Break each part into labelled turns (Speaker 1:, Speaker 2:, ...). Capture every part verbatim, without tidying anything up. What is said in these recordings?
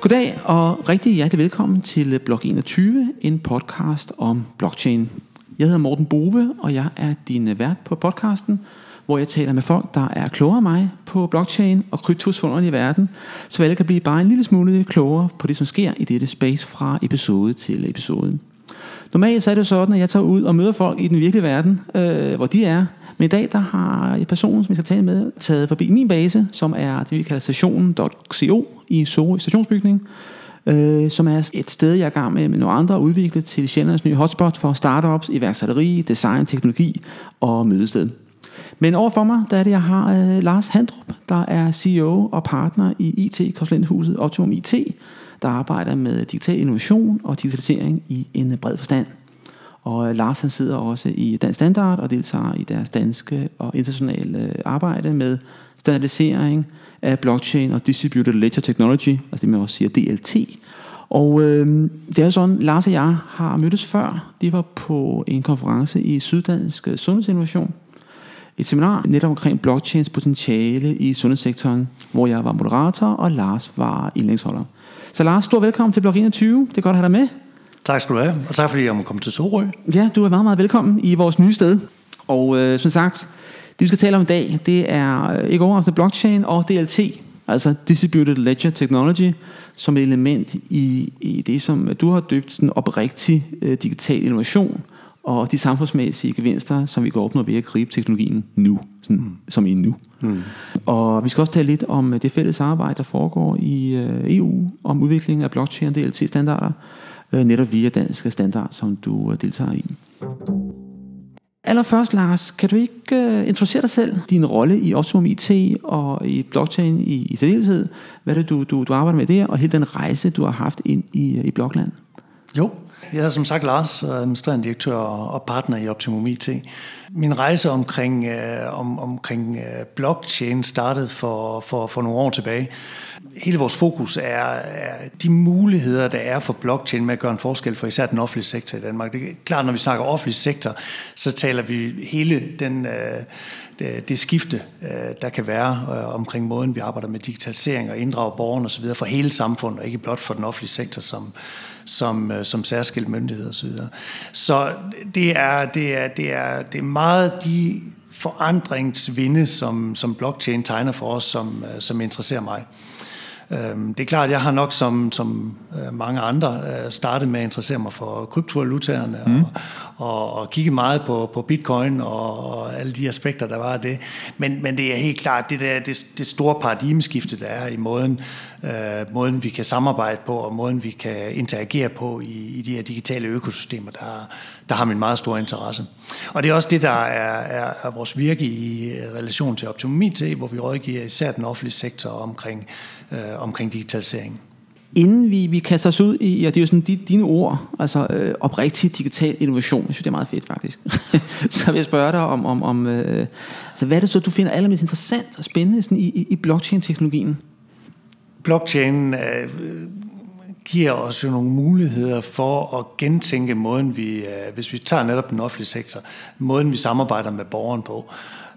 Speaker 1: Goddag og rigtig hjertelig velkommen til Blok enogtyve, en podcast om blockchain. Jeg hedder Morten Bove, og jeg er din vært på podcasten, hvor jeg taler med folk, der er klogere end mig på blockchain og kryptos forunderlige verden, så alle kan blive bare en lille smule klogere på det, som sker i dette space fra episode til episode. Normalt så er det jo sådan, at jeg tager ud og møder folk i den virkelige verden, øh, hvor de er. Men i dag der har jeg personen, som jeg skal tale med, taget forbi min base, som er det, vi kalder stationen punktum co i Sorø stationsbygning, øh, som er et sted, jeg er i gang med med nogle andre at udvikle til Sjællands nye hotspot for startups, iværksætteri, design, teknologi og mødested. Men overfor mig, der er det, jeg har øh, Lars Handrup, der er C E O og partner i I T-konsulenthuset Optimum I T, der arbejder med digital innovation og digitalisering i en bred forstand. Og Lars han sidder også i Dansk Standard og deltager i deres danske og internationale arbejde med standardisering af blockchain og distributed ledger technology, altså det man også siger D L T. Og øh, det er sådan, Lars og jeg har mødtes før. De var på en konference i Syddansk Sundhedsinnovation, et seminar netop omkring blockchains potentiale i sundhedssektoren, hvor jeg var moderator og Lars var indlægsholder. Så Lars, stor velkommen til Blok enogtyve. Det er godt at have dig med.
Speaker 2: Tak skal du have, og tak fordi jeg må komme til Sorø.
Speaker 1: Ja, du er meget, meget velkommen i vores nye sted. Og øh, som sagt, det vi skal tale om i dag, det er ikke overraskende blockchain og D L T, altså Distributed Ledger Technology, som et element i, i det, som du har døbt sådan oprigtig øh, digital innovation, og de samfundsmæssige gevinster, som vi går opnå ved at gribe teknologien nu, sådan, mm. som i nu. Mm. Og vi skal også tale lidt om det fælles arbejde, der foregår i øh, E U, om udviklingen af blockchain og D L T-standarder, netop via danske standard, som du deltager i. Allerførst, Lars, kan du ikke uh, introducere dig selv, din rolle i Optimum I T og i blockchain i, i særdeleshed, hvad det du, du, du arbejder med der, og hele den rejse, du har haft ind i, i Blockland?
Speaker 2: Jo, jeg er som sagt Lars, administrerende direktør og partner i Optimum I T. Min rejse omkring, øh, om, omkring øh, blockchain startede for, for, for nogle år tilbage. Hele vores fokus er, er de muligheder, der er for blockchain med at gøre en forskel for især den offentlige sektor i Danmark. Det er klart, når vi snakker offentlig sektor, så taler vi hele den, øh, det, det skifte, øh, der kan være øh, omkring måden, vi arbejder med digitalisering og inddrager borgerne osv. for hele samfundet, og ikke blot for den offentlige sektor som som, som særskilt myndighed osv. Så det er, det, er, det, er, det er meget de forandringsvinde, som, som blockchain tegner for os, som, som interesserer mig. Det er klart, at jeg har nok som, som mange andre startet med at interessere mig for kryptovalutaerne mm. og, og, og kigge meget på, på bitcoin og, og alle de aspekter, der var af det. Men, men det er helt klart det, der, det, det store paradigmeskifte, der er i måden, øh, måden, vi kan samarbejde på og måden, vi kan interagere på i, i de her digitale økosystemer, der, der har min meget store interesse. Og det er også det, der er, er, er vores virke i relation til Optimum I T, hvor vi rådgiver især den offentlige sektor omkring Øh, omkring digitalisering.
Speaker 1: Inden vi, vi kaster os ud i, og det er jo sådan de, dine ord, altså øh, oprigtig digital innovation, jeg synes det er meget fedt faktisk, så vil jeg spørge dig om, om, om øh, altså, hvad er det så, du finder allermest interessant og spændende sådan, i, i, i blockchain-teknologien?
Speaker 2: Blockchain øh, giver os jo nogle muligheder for at gentænke måden, vi, øh, hvis vi tager netop den offentlige sektor, måden vi samarbejder med borgeren på.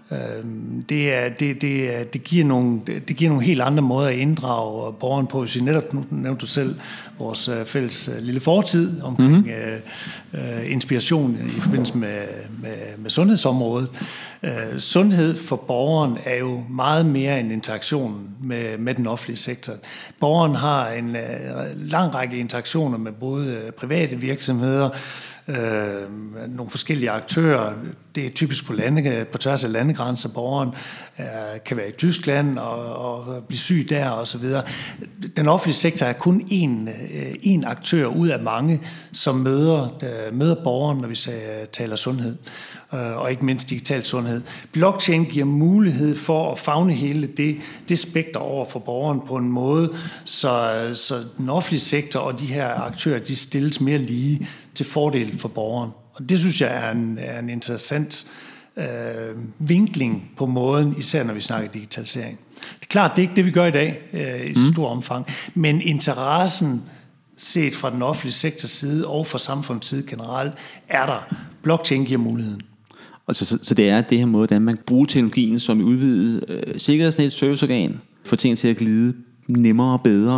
Speaker 2: Det, er, det, det, er, det, giver nogle, det giver nogle helt andre måder at inddrage borgeren på. Så netop nu nævnte du selv vores fælles lille fortid omkring mm-hmm. uh, inspiration i forbindelse med, med, med sundhedsområdet. Uh, sundhed for borgeren er jo meget mere en interaktion med, med den offentlige sektor. Borgeren har en uh, lang række interaktioner med både private virksomheder, Øh, nogle forskellige aktører. Det er typisk på, lande, på tværs af landegrænser. Borgeren øh, kan være i Tyskland og, og blive syg der og så videre. Den offentlige sektor er kun én, øh, én aktør ud af mange, som møder, øh, møder borgeren, når vi taler sundhed, øh, og ikke mindst digital sundhed. Blockchain giver mulighed for at favne hele det, det spekter over for borgeren på en måde, så, så den offentlige sektor og de her aktører, de stilles mere lige til fordel for borgeren. Og det synes jeg er en, er en interessant øh, vinkling på måden, især når vi snakker digitalisering. Det er klart, det er ikke det, vi gør i dag øh, i så stor omfang, men interessen set fra den offentlige sektors side og fra samfundets side generelt, er der. Blockchain giver muligheden.
Speaker 1: Og så, så, så det er det her måde, at man bruger teknologien som udvidet øh, sikkerhedsnet, serviceorgan, for ting til at glide nemmere og bedre,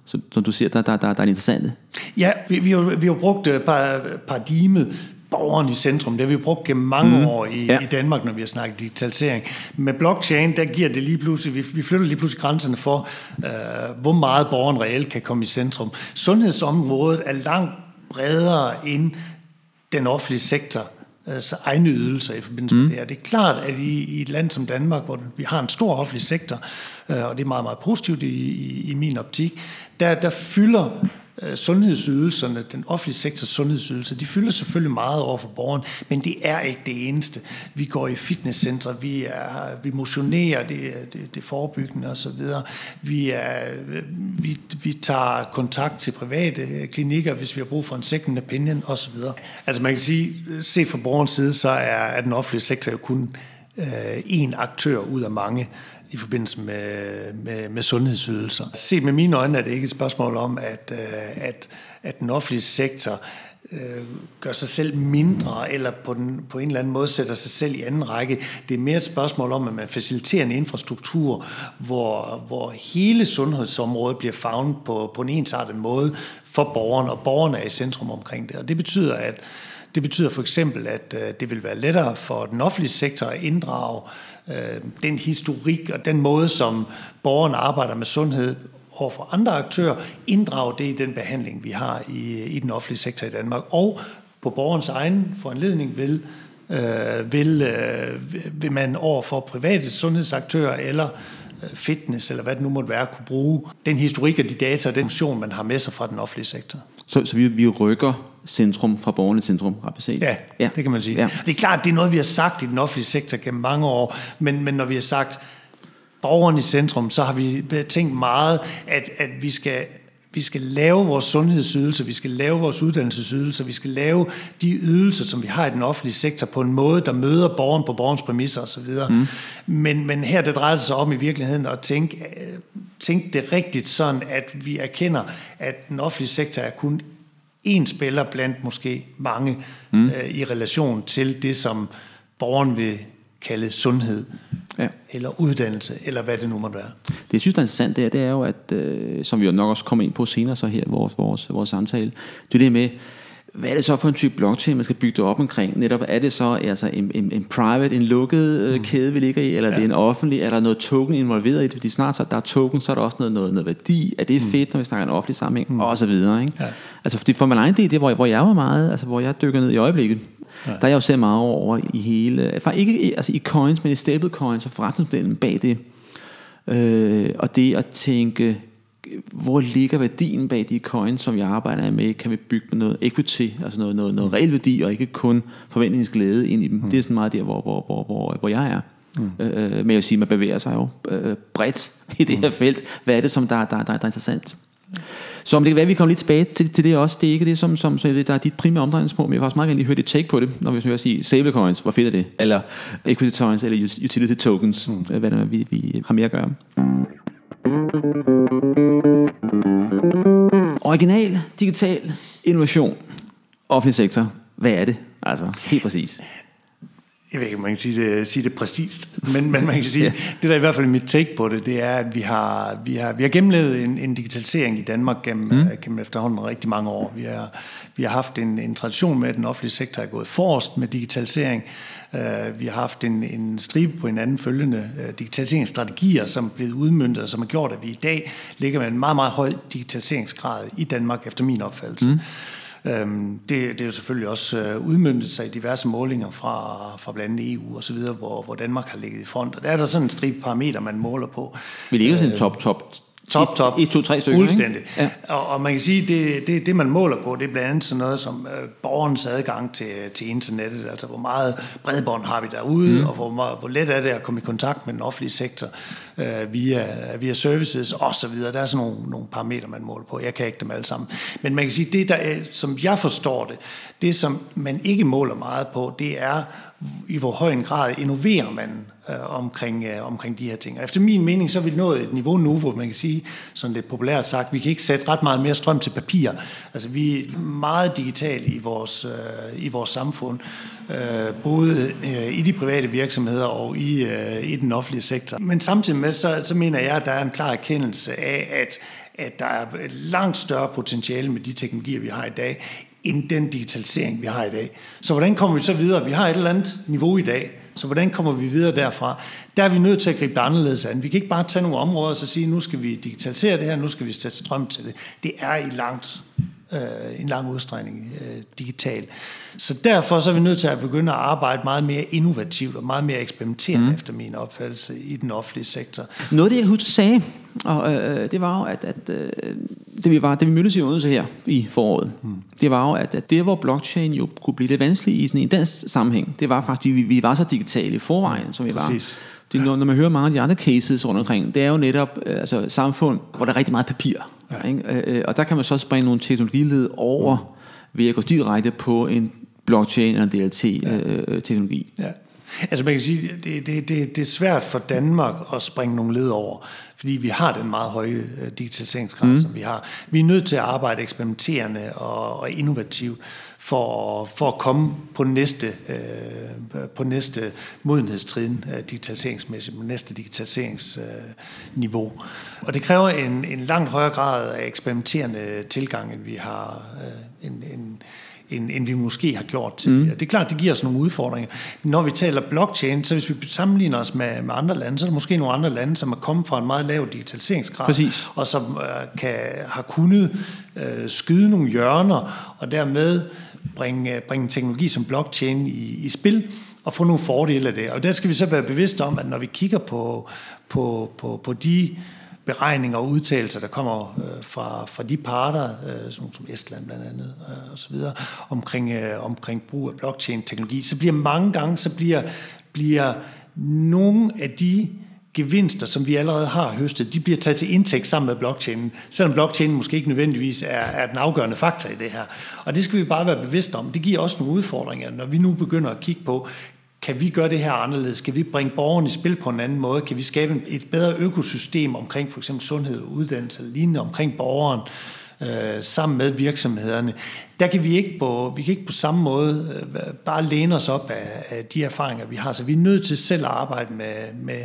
Speaker 1: som, som du siger, der, der, der, der er interessante.
Speaker 2: Ja, vi, vi, har, vi har brugt paradigmet borgeren i centrum. Det har vi jo brugt gennem mange mm. år i, ja. i Danmark, når vi har snakket digitalisering. Med blockchain, der giver det lige pludselig, vi, vi flytter lige pludselig grænserne for, øh, hvor meget borgeren reelt kan komme i centrum. Sundhedsområdet er langt bredere end den offentlige sektor, altså egne ydelser i forbindelse med mm. det her. Det er klart, at i, i et land som Danmark, hvor vi har en stor offentlig sektor, øh, og det er meget, meget positivt i, i, i min optik, der, der fylder sundhedsydelserne, den offentlige sektors sundhedsydelser, de fylder selvfølgelig meget over for borgeren, men det er ikke det eneste. Vi går i fitnesscentre, vi, er, vi motionerer, det, det, det forebyggende osv. Vi, er, vi, vi tager kontakt til private klinikker, hvis vi har brug for en second opinion osv. Altså man kan sige, set fra borgerens side, så er, er den offentlige sektor jo kun øh, én aktør ud af mange i forbindelse med, med, med sundhedsydelser. Set med mine øjne er det ikke et spørgsmål om, at, at, at den offentlige sektor øh, gør sig selv mindre, eller på, den, på en eller anden måde sætter sig selv i anden række. Det er mere et spørgsmål om, at man faciliterer en infrastruktur, hvor, hvor hele sundhedsområdet bliver favnet på, på en ensartet måde for borgeren, og borgerne er i centrum omkring det. Og det betyder, at det betyder for eksempel, at det vil være lettere for den offentlige sektor at inddrage den historik og den måde, som borgeren arbejder med sundhed over for andre aktører, inddrage det i den behandling, vi har i, i den offentlige sektor i Danmark. Og på borgerens egen foranledning vil, øh, vil, øh, vil man over for private sundhedsaktører eller fitness, eller hvad det nu måtte være, kunne bruge den historik og de data og den funktion, man har med sig fra den offentlige sektor.
Speaker 1: Så, så vi, vi rykker centrum fra borgerne centrum, ret beset?
Speaker 2: Ja, ja, det kan man sige. Ja. Det er klart, det er noget, vi har sagt i den offentlige sektor gennem mange år, men, men når vi har sagt borgeren i centrum, så har vi tænkt meget, at, at vi skal Vi skal lave vores sundhedsydelser, vi skal lave vores uddannelsesydelser, vi skal lave de ydelser, som vi har i den offentlige sektor, på en måde, der møder borgeren på borgerens præmisser osv. Mm. Men, men her det drejer det sig om i virkeligheden at tænke, tænke det rigtigt, sådan at vi erkender, at den offentlige sektor er kun én spiller blandt måske mange mm. øh, i relation til det, som borgeren vil kalde sundhed, ja. Eller uddannelse, eller hvad det nu måtte være.
Speaker 1: Det, jeg synes, der er interessant, det er, det er jo, at, øh, som vi jo nok også kommer ind på senere så her i vores, vores, vores samtale, det er det med, hvad er det så for en type blockchain, man skal bygge det op omkring? Netop, er det så altså en, en, en private, en lukket øh, kæde, vi ligger i, eller ja. Det er en offentlig, er der noget token involveret i det? Fordi snart så der er token, så er der også noget, noget, noget værdi. Er det fedt, når vi snakker en offentlig sammenhæng? Mm. Og så videre, ikke? Ja. Altså, fordi for min egen del, det hvor, hvor jeg var meget, altså hvor jeg dykker ned i øjeblikket, ja. Der er jeg jo set meget over i hele, ikke altså i coins, men i stablecoins og forretningsmodellen bag det. Øh, og det at tænke, hvor ligger værdien bag de coins, som jeg arbejder med? Kan vi bygge med noget equity, altså noget, noget, noget reel værdi, og ikke kun forventningsglæde ind i dem? Mm. Det er sådan meget der, hvor, hvor, hvor, hvor, hvor jeg er. Mm. Øh, men jeg vil sige, man bevæger sig jo øh, bredt i det her felt. Hvad er det, som der, der, der, der er interessant? Så om det kan være, at vi kommer lidt tilbage til, til det også. Det er ikke det, som, som så jeg ved, der er dit primære omdrejningspunkt, men jeg vil faktisk meget gerne lige høre dit take på det, når vi hører sige stablecoins, hvor fedt er det? Eller equity coins, eller utility tokens, mm. hvad det er, vi, vi har mere at gøre. Original, digital, innovation, offentlig sektor. Hvad er det? Altså, helt præcis.
Speaker 2: Jeg ved ikke, om man kan sige det, sige det præcist, men, men man kan sige, ja. Det der i hvert fald mit take på det, det er, at vi har, vi har, vi har gennemlevet en, en digitalisering i Danmark gennem, mm. gennem efterhånden rigtig mange år. Vi har, vi har haft en, en tradition med, at den offentlige sektor er gået forrest med digitalisering. Uh, vi har haft en, en stribe på hinanden følgende uh, digitaliseringsstrategier, som er blevet udmøntet, og som har gjort, at vi i dag ligger med en meget, meget høj digitaliseringsgrad i Danmark, efter min opfattelse. Mm. Det, det er jo selvfølgelig også udmøntet sig i diverse målinger fra, fra blandt andet E U og så videre, hvor, hvor Danmark har ligget i front. Og der er der sådan en stribe parametre, man måler på.
Speaker 1: Vi ligger sådan en top, top,
Speaker 2: top, top.
Speaker 1: et, to, tre stykker.
Speaker 2: Fuldstændig. Ja. Og, og man kan sige, det, det, det man måler på, det er blandt andet sådan noget som øh, borgerens adgang til, til internettet. Altså hvor meget bredbånd har vi derude, mm. og hvor, hvor let er det at komme i kontakt med den offentlige sektor øh, via, via services og så videre. Der er sådan nogle, nogle parametre, man måler på. Jeg kan ikke dem alle sammen. Men man kan sige, det der er, som jeg forstår det, det som man ikke måler meget på, det er i hvor høj en grad innoverer man øh, omkring, øh, omkring de her ting. Og efter min mening, så er vi nået et niveau nu, hvor man kan sige, sådan lidt populært sagt, vi kan ikke sætte ret meget mere strøm til papir. Altså vi er meget digitale i vores, øh, i vores samfund, øh, både øh, i de private virksomheder og i, øh, i den offentlige sektor. Men samtidig med, så, så mener jeg, at der er en klar erkendelse af, at at der er et langt større potentiale med de teknologier, vi har i dag, end den digitalisering, vi har i dag. Så hvordan kommer vi så videre? Vi har et eller andet niveau i dag, så hvordan kommer vi videre derfra? Der er vi nødt til at gribe det anderledes an. Vi kan ikke bare tage nogle områder og så sige, nu skal vi digitalisere det her, nu skal vi sætte strøm til det. Det er i langt, øh, en lang udstrækning øh, digital. Så derfor så er vi nødt til at begynde at arbejde meget mere innovativt og meget mere eksperimenterende, mm. efter min opfattelse, i den offentlige sektor.
Speaker 1: Noget af det, jeg husker sagde, og øh, det var jo, at, at øh, det vi var, det vi mødtes i Odense her i foråret, mm. det var jo, at, at det, hvor blockchain jo kunne blive lidt vanskeligt i sådan en dansk sammenhæng, det var faktisk, at vi, vi var så digitale i forvejen, som vi
Speaker 2: Præcis.
Speaker 1: var. Det, når, når man hører mange af de andre cases rundt omkring, det er jo netop øh, altså, samfund, hvor der er rigtig meget papir. Ja. Ikke? Øh, og der kan man så springe nogle teknologiled over mm. ved at gå direkte på en blockchain eller D L T-teknologi.
Speaker 2: Ja. Ja. Altså man kan sige, det, det, det, det er svært for Danmark at springe nogle led over, fordi vi har den meget høje digitaliseringsgrad, mm. som vi har. Vi er nødt til at arbejde eksperimenterende og, og innovativt for, for at komme på næste, øh, på næste modenhedstrin øh, digitaliseringsmæssigt, på næste digitaliseringsniveau. Øh, og det kræver en, en langt højere grad af eksperimenterende tilgang, end vi har øh, en, en End, end vi måske har gjort tidligere. Mm. Det er klart, det giver os nogle udfordringer. Når vi taler blockchain, så hvis vi sammenligner os med, med andre lande, så er der måske nogle andre lande, som er kommet fra en meget lav digitaliseringsgrad,
Speaker 1: Præcis.
Speaker 2: og som øh, kan, har kunnet øh, skyde nogle hjørner, og dermed bringe, bringe teknologi som blockchain i, i spil, og få nogle fordele af det. Og der skal vi så være bevidste om, at når vi kigger på, på, på, på de beregninger og udtalelser, der kommer øh, fra, fra de parter, øh, som, som Estland blandt andet, øh, og så videre, omkring, øh, omkring brug af blockchain-teknologi, så bliver mange gange, så bliver, bliver nogle af de gevinster, som vi allerede har høstet, de bliver taget til indtægt sammen med blockchainen, selvom blockchainen måske ikke nødvendigvis er, er den afgørende faktor i det her. Og det skal vi bare være bevidste om. Det giver også nogle udfordringer, når vi nu begynder at kigge på, kan vi gøre det her anderledes? Kan vi bringe borgerne i spil på en anden måde? Kan vi skabe et bedre økosystem omkring for eksempel sundhed og uddannelse, lignende omkring borgeren, øh, sammen med virksomhederne? Der kan vi ikke på, vi kan ikke på samme måde øh, bare læne os op af, af de erfaringer, vi har. Så vi er nødt til selv at arbejde med, med,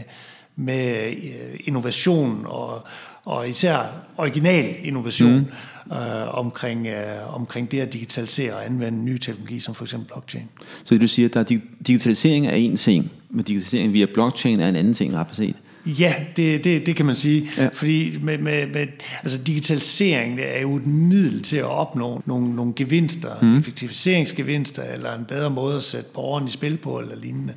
Speaker 2: med innovation og, og især original innovation mm. øh, omkring, øh, omkring det at digitalisere og anvende ny teknologi, som for eksempel blockchain.
Speaker 1: Så du siger, at der er digitalisering er en ting, men digitalisering via blockchain er en anden ting, ret set?
Speaker 2: Ja, det, det, det kan man sige. Ja. Fordi med, med, med, altså digitalisering er jo et middel til at opnå nogle, nogle gevinster, mm. effektiviseringsgevinster, eller en bedre måde at sætte borgeren i spil på, eller lignende.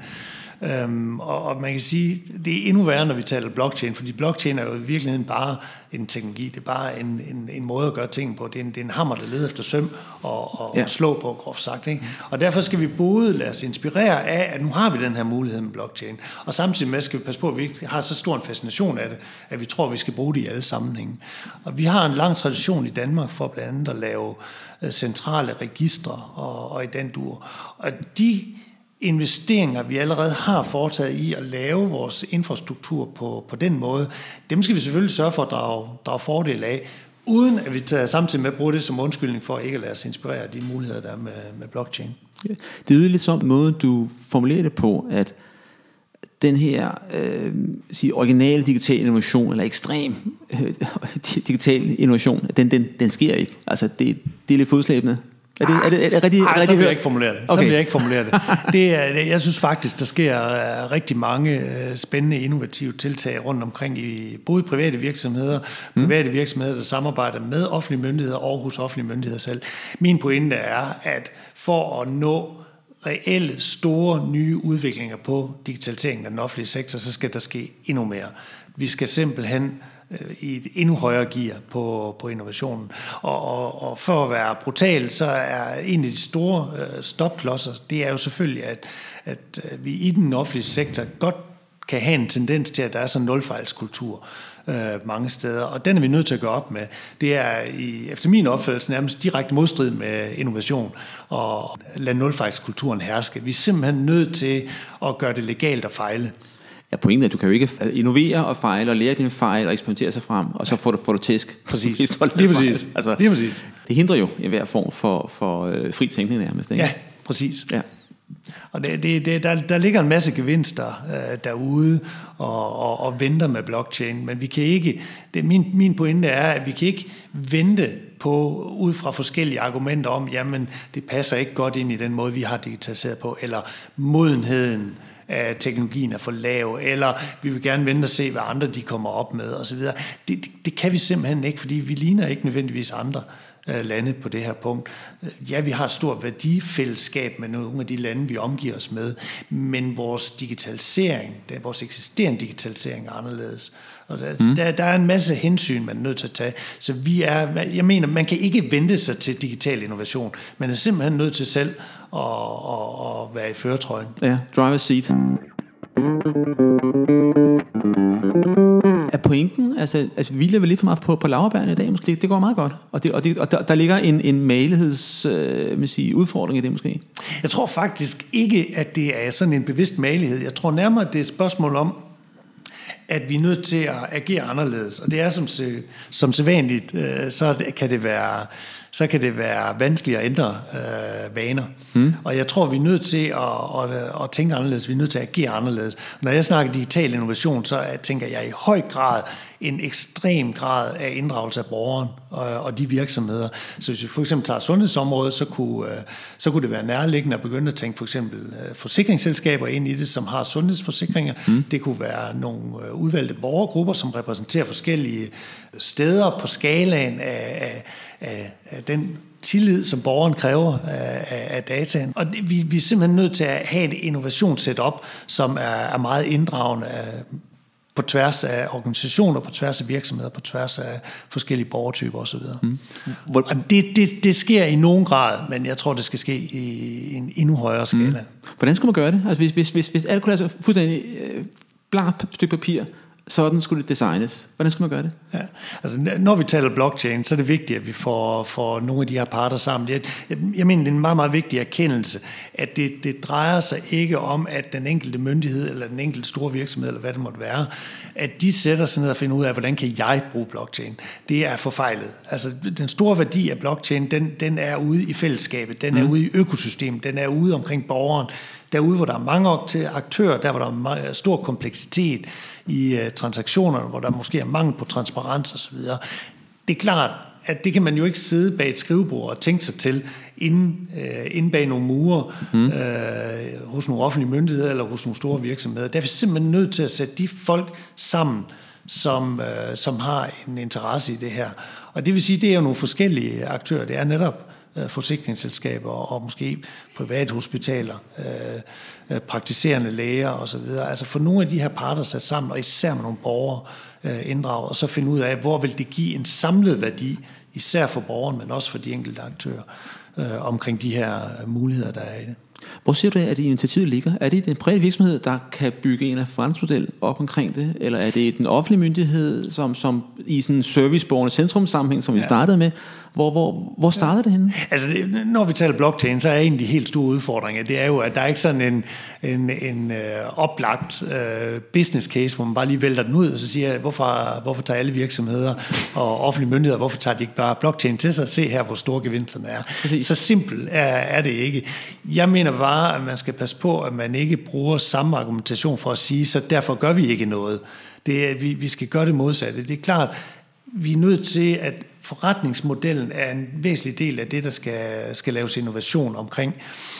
Speaker 2: Øhm, og, og man kan sige, det er endnu værre, når vi taler blockchain, fordi blockchain er jo i virkeligheden bare en teknologi, det er bare en, en, en måde at gøre ting på, det er en, det er en hammer, der leder efter søm og, og ja. slå på, groft sagt. Ikke? Og derfor skal vi både lade os inspirere af, at nu har vi den her mulighed med blockchain, og samtidig med skal vi passe på, at vi ikke har så stor en fascination af det, at vi tror, at vi skal bruge det i alle sammenhænge. Og vi har en lang tradition i Danmark for blandt andet at lave centrale registre og, og i den dur. Og de investeringer, vi allerede har foretaget i at lave vores infrastruktur på, på den måde, dem skal vi selvfølgelig sørge for at drage, drage fordel af, uden at vi tager samtidig med at bruge det som undskyldning for ikke at lade os inspirere af de muligheder, der er med, med blockchain.
Speaker 1: Ja, det er lidt som måde, du formulerer det på, at den her øh, sige, originale digital innovation, eller ekstrem øh, digital innovation, den, den, den sker ikke. Altså, det, det er lidt fodslæbende. Er det, er det, er det rigtig,
Speaker 2: Ej,
Speaker 1: rigtig
Speaker 2: så vil
Speaker 1: hørt?
Speaker 2: jeg ikke formulere det. Okay. Så vil jeg ikke formulere det. det, er, det jeg synes faktisk, der sker rigtig mange spændende, innovative tiltag rundt omkring i både private virksomheder, private mm. virksomheder, der samarbejder med offentlige myndigheder og hos offentlige myndigheder selv. Min pointe er, at for at nå reelle, store, nye udviklinger på digitaliseringen af den offentlige sektor, så skal der ske endnu mere. Vi skal simpelthen i et endnu højere gear på, på innovationen. Og, og, og for at være brutal, så er en af de store øh, stopklodser, det er jo selvfølgelig, at, at vi i den offentlige sektor godt kan have en tendens til, at der er sådan en nulfejlskultur øh, mange steder, og den er vi nødt til at gøre op med. Det er i, efter min opfattelse nærmest direkte modstrid med innovation og lade nulfejlskulturen herske. Vi er simpelthen nødt til at gøre det legalt at fejle.
Speaker 1: Ja, pointen er, at du kan jo ikke innovere og fejle og lære dine fejl og eksperimentere sig frem, og så får du, får du tæsk.
Speaker 2: Præcis. Lige præcis.
Speaker 1: Altså,
Speaker 2: Lige præcis.
Speaker 1: Det hindrer jo i hver form for, for øh, fri tænkning nærmest. Ikke?
Speaker 2: Ja, præcis.
Speaker 1: Ja.
Speaker 2: Og det, det, det, der, der ligger en masse gevinster øh, derude og, og, og venter med blockchain, men vi kan ikke, det, min, min pointe er, at vi kan ikke vente på, ud fra forskellige argumenter om, jamen det passer ikke godt ind i den måde, vi har digitaliseret på, eller modenheden af teknologien er for lav, eller vi vil gerne vente og se, hvad andre de kommer op med osv. Det, det, det kan vi simpelthen ikke, fordi vi ligner ikke nødvendigvis andre lande på det her punkt. Ja, vi har et stort værdifællesskab med nogle af de lande, vi omgiver os med, men vores digitalisering, vores eksisterende digitalisering er anderledes. Og der, mm. der, der er en masse hensyn, man er nødt til at tage. Så vi er, jeg mener, man kan ikke vente sig til digital innovation. Man er simpelthen nødt til selv at, at, at være i førertrøjen.
Speaker 1: Ja, driver's seat. Er pointen, altså, altså vi lever lidt for meget på, på laurbærene i dag, måske. Det, det går meget godt, og, det, og, det, og der, der ligger en, en maligheds, øh, man siger, udfordring i det måske.
Speaker 2: Jeg tror faktisk ikke, at det er sådan en bevidst malighed. Jeg tror nærmere, at det er et spørgsmål om, at vi er nødt til at agere anderledes, og det er som, som sædvanligt, øh, så kan det være så kan det være vanskeligt at ændre øh, vaner. Mm. Og jeg tror, vi er nødt til at, at, at tænke anderledes, vi er nødt til at agere anderledes. Når jeg snakker digital innovation, så tænker jeg i høj grad en ekstrem grad af inddragelse af borgeren og, og de virksomheder. Så hvis vi for eksempel tager sundhedsområdet, så kunne, så kunne det være nærliggende at begynde at tænke for eksempel forsikringsselskaber ind i det, som har sundhedsforsikringer. Mm. Det kunne være nogle udvalgte borgergrupper, som repræsenterer forskellige steder på skalaen af, af, af, af den tillid, som borgeren kræver af, af dataen. Og det, vi, vi er simpelthen nødt til at have et innovationssetup, som er, er meget inddragende af, på tværs af organisationer, på tværs af virksomheder, på tværs af forskellige borgertyper osv. Mm. Og det, det, det sker i nogen grad, men jeg tror, det skal ske i en endnu højere skala. Mm.
Speaker 1: Hvordan skulle man gøre det? Altså, hvis, hvis, hvis, hvis alt kunne lade sig fuldstændig øh, blankt stykke papir, sådan skulle det designes. Hvordan skulle man gøre det?
Speaker 2: Ja, altså, når vi taler blockchain, så er det vigtigt, at vi får, får nogle af de her parter sammen. Jeg, jeg, jeg mener, det er en meget, meget vigtig erkendelse, at det, det drejer sig ikke om, at den enkelte myndighed, eller den enkelte store virksomhed, eller hvad det måtte være, at de sætter sig ned og finder ud af, hvordan kan jeg bruge blockchain. Det er forfejlet. Altså, den store værdi af blockchain, den, den er ude i fællesskabet, den er mm. ude i økosystemet, den er ude omkring borgeren, derude, hvor der er mange aktører, der hvor der er meget, stor kompleksitet i uh, transaktionerne, hvor der måske er mangel på transparens osv. Det er klart, at det kan man jo ikke sidde bag et skrivebord og tænke sig til inden, uh, inden bag nogle mure mm. uh, hos nogle offentlige myndigheder eller hos nogle store virksomheder. Der er vi simpelthen nødt til at sætte de folk sammen, som, uh, som har en interesse i det her. Og det vil sige, det er jo nogle forskellige aktører. Det er netop forsikringsselskaber og måske private hospitaler, øh, praktiserende læger osv. Altså få nogle af de her parter sat sammen, og især med nogle borgere øh, inddraget, og så finde ud af, hvor vil det give en samlet værdi, især for borgeren, men også for de enkelte aktører, øh, omkring de her muligheder, der er i det.
Speaker 1: Hvor ser du, at det initiativet ligger? Er det den private virksomhed, der kan bygge en forretningsmodel op omkring det, eller er det den offentlige myndighed, som, som i sådan en serviceborgende centrumsammenhæng, som vi ja. startede med? Hvor, hvor, hvor starter det henne?
Speaker 2: Altså, det, når vi taler blockchain, så er en af de helt store udfordringer, det er jo, at der er ikke sådan en, en, en uh, oplagt uh, business case, hvor man bare lige vælter den ud, og så siger, hvorfor, hvorfor tager alle virksomheder og offentlige myndigheder, hvorfor tager de ikke bare blockchain til sig og se her, hvor store gevinsterne er. Præcis. Så simpelt er, er det ikke. Jeg mener bare, at man skal passe på, at man ikke bruger samme argumentation for at sige, så derfor gør vi ikke noget. Det er, vi, vi skal gøre det modsatte. Det er klart, vi er nødt til, at forretningsmodellen er en væsentlig del af det, der skal, skal laves innovation omkring.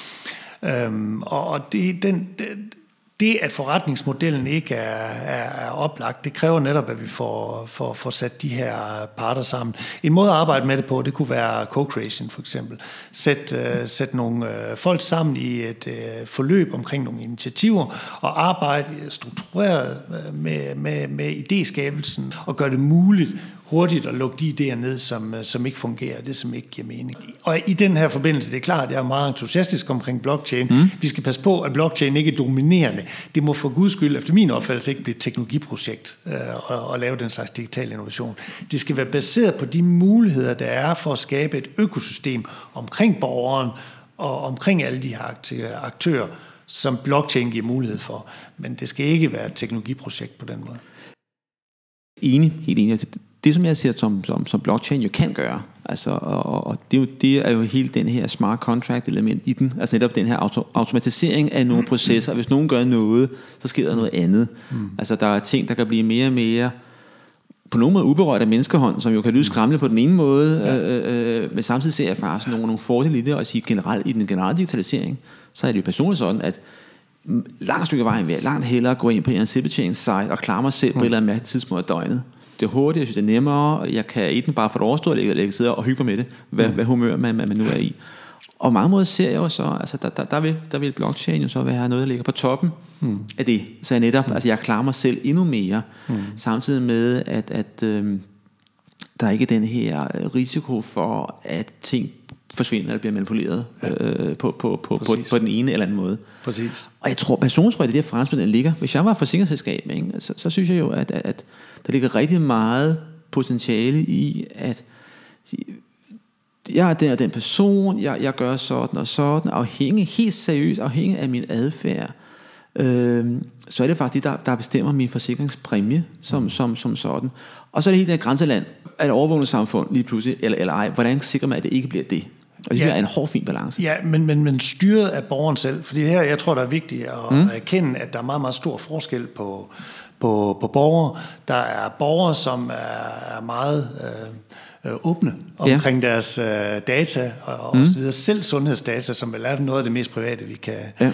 Speaker 2: Øhm, og det, den, det, at forretningsmodellen ikke er, er, er oplagt, det kræver netop, at vi får, får, får sat de her parter sammen. En måde at arbejde med det på, det kunne være co-creation for eksempel. Sæt, uh, sæt nogle uh, folk sammen i et uh, forløb omkring nogle initiativer, og arbejde struktureret uh, med, med, med idéskabelsen, og gøre det muligt hurtigt at lukke de idéer ned, som, som ikke fungerer, det som ikke giver mening. Og i den her forbindelse, det er klart, jeg er meget entusiastisk omkring blockchain. Mm. Vi skal passe på, at blockchain ikke er dominerende. Det må for guds skyld, efter min opfattelse, ikke blive et teknologiprojekt øh, og, og lave den slags digital innovation. Det skal være baseret på de muligheder, der er for at skabe et økosystem omkring borgeren og omkring alle de her aktører, som blockchain giver mulighed for. Men det skal ikke være et teknologiprojekt på den måde.
Speaker 1: Enig, helt enig. det, som jeg siger, som, som, som blockchain jo kan gøre, altså, og, og det, er jo, det er jo hele den her smart contract element i den, altså netop den her auto, automatisering af nogle processer. Hvis nogen gør noget, så sker der noget andet. Mm. Altså der er ting, der kan blive mere og mere på nogen måde uberørt af menneskehånd, som jo kan lyde skræmmende på den ene måde, ja. øh, øh, men samtidig ser jeg faktisk nogle, nogle fordele i det, og sige generelt, i den generelle digitalisering, så er det jo personligt sådan, at langt stykke af vejen vil jeg langt hellere gå ind på en selvbetjeningssite og klare mig selv på mm. et eller andet mærkeligt tidspunkt af døgnet. Det er hurtigt, jeg synes det er nemmere, jeg kan enten bare få det overstået, eller jeg kan sidde og hygge med det, hvad, mm. hvad humør man, man nu er i. Og mange måder ser jeg jo så, altså der, der, der, vil, der vil blockchain jo så være noget, der ligger på toppen mm. af det. Så jeg netop, mm. altså jeg klarer mig selv endnu mere, mm. samtidig med, at, at øhm, der er ikke den her risiko for, at ting forsvinder eller bliver manipuleret ja. øh, på, på, på, på, på den ene eller anden måde.
Speaker 2: Præcis. Og
Speaker 1: jeg tror personligt, at det der franskmænd ligger. Hvis jeg var forsikringsselskab, ikke, så, så synes jeg jo, at, at, at der ligger rigtig meget potentiale i, at jeg er den og den person, jeg, jeg gør sådan og sådan, afhængig, helt seriøst afhængig af min adfærd. Øh, så er det faktisk der, der bestemmer min forsikringspræmie som, mm. som, som sådan. Og så er det helt det her grænseland, at overvågnet samfund lige pludselig, eller, eller ej, hvordan sikrer man, at det ikke bliver det? Og det ja. er en hård, fin balance.
Speaker 2: Ja, men, men, men styret af borgeren selv. Fordi her, jeg tror, der er vigtigt at mm. erkende, at der er meget, meget stor forskel på, på, på borgere. Der er borgere, som er, er meget øh, åbne omkring ja. deres øh, data og, og mm. så videre. Selv sundhedsdata, som vel er noget af det mest private, vi, kan, ja.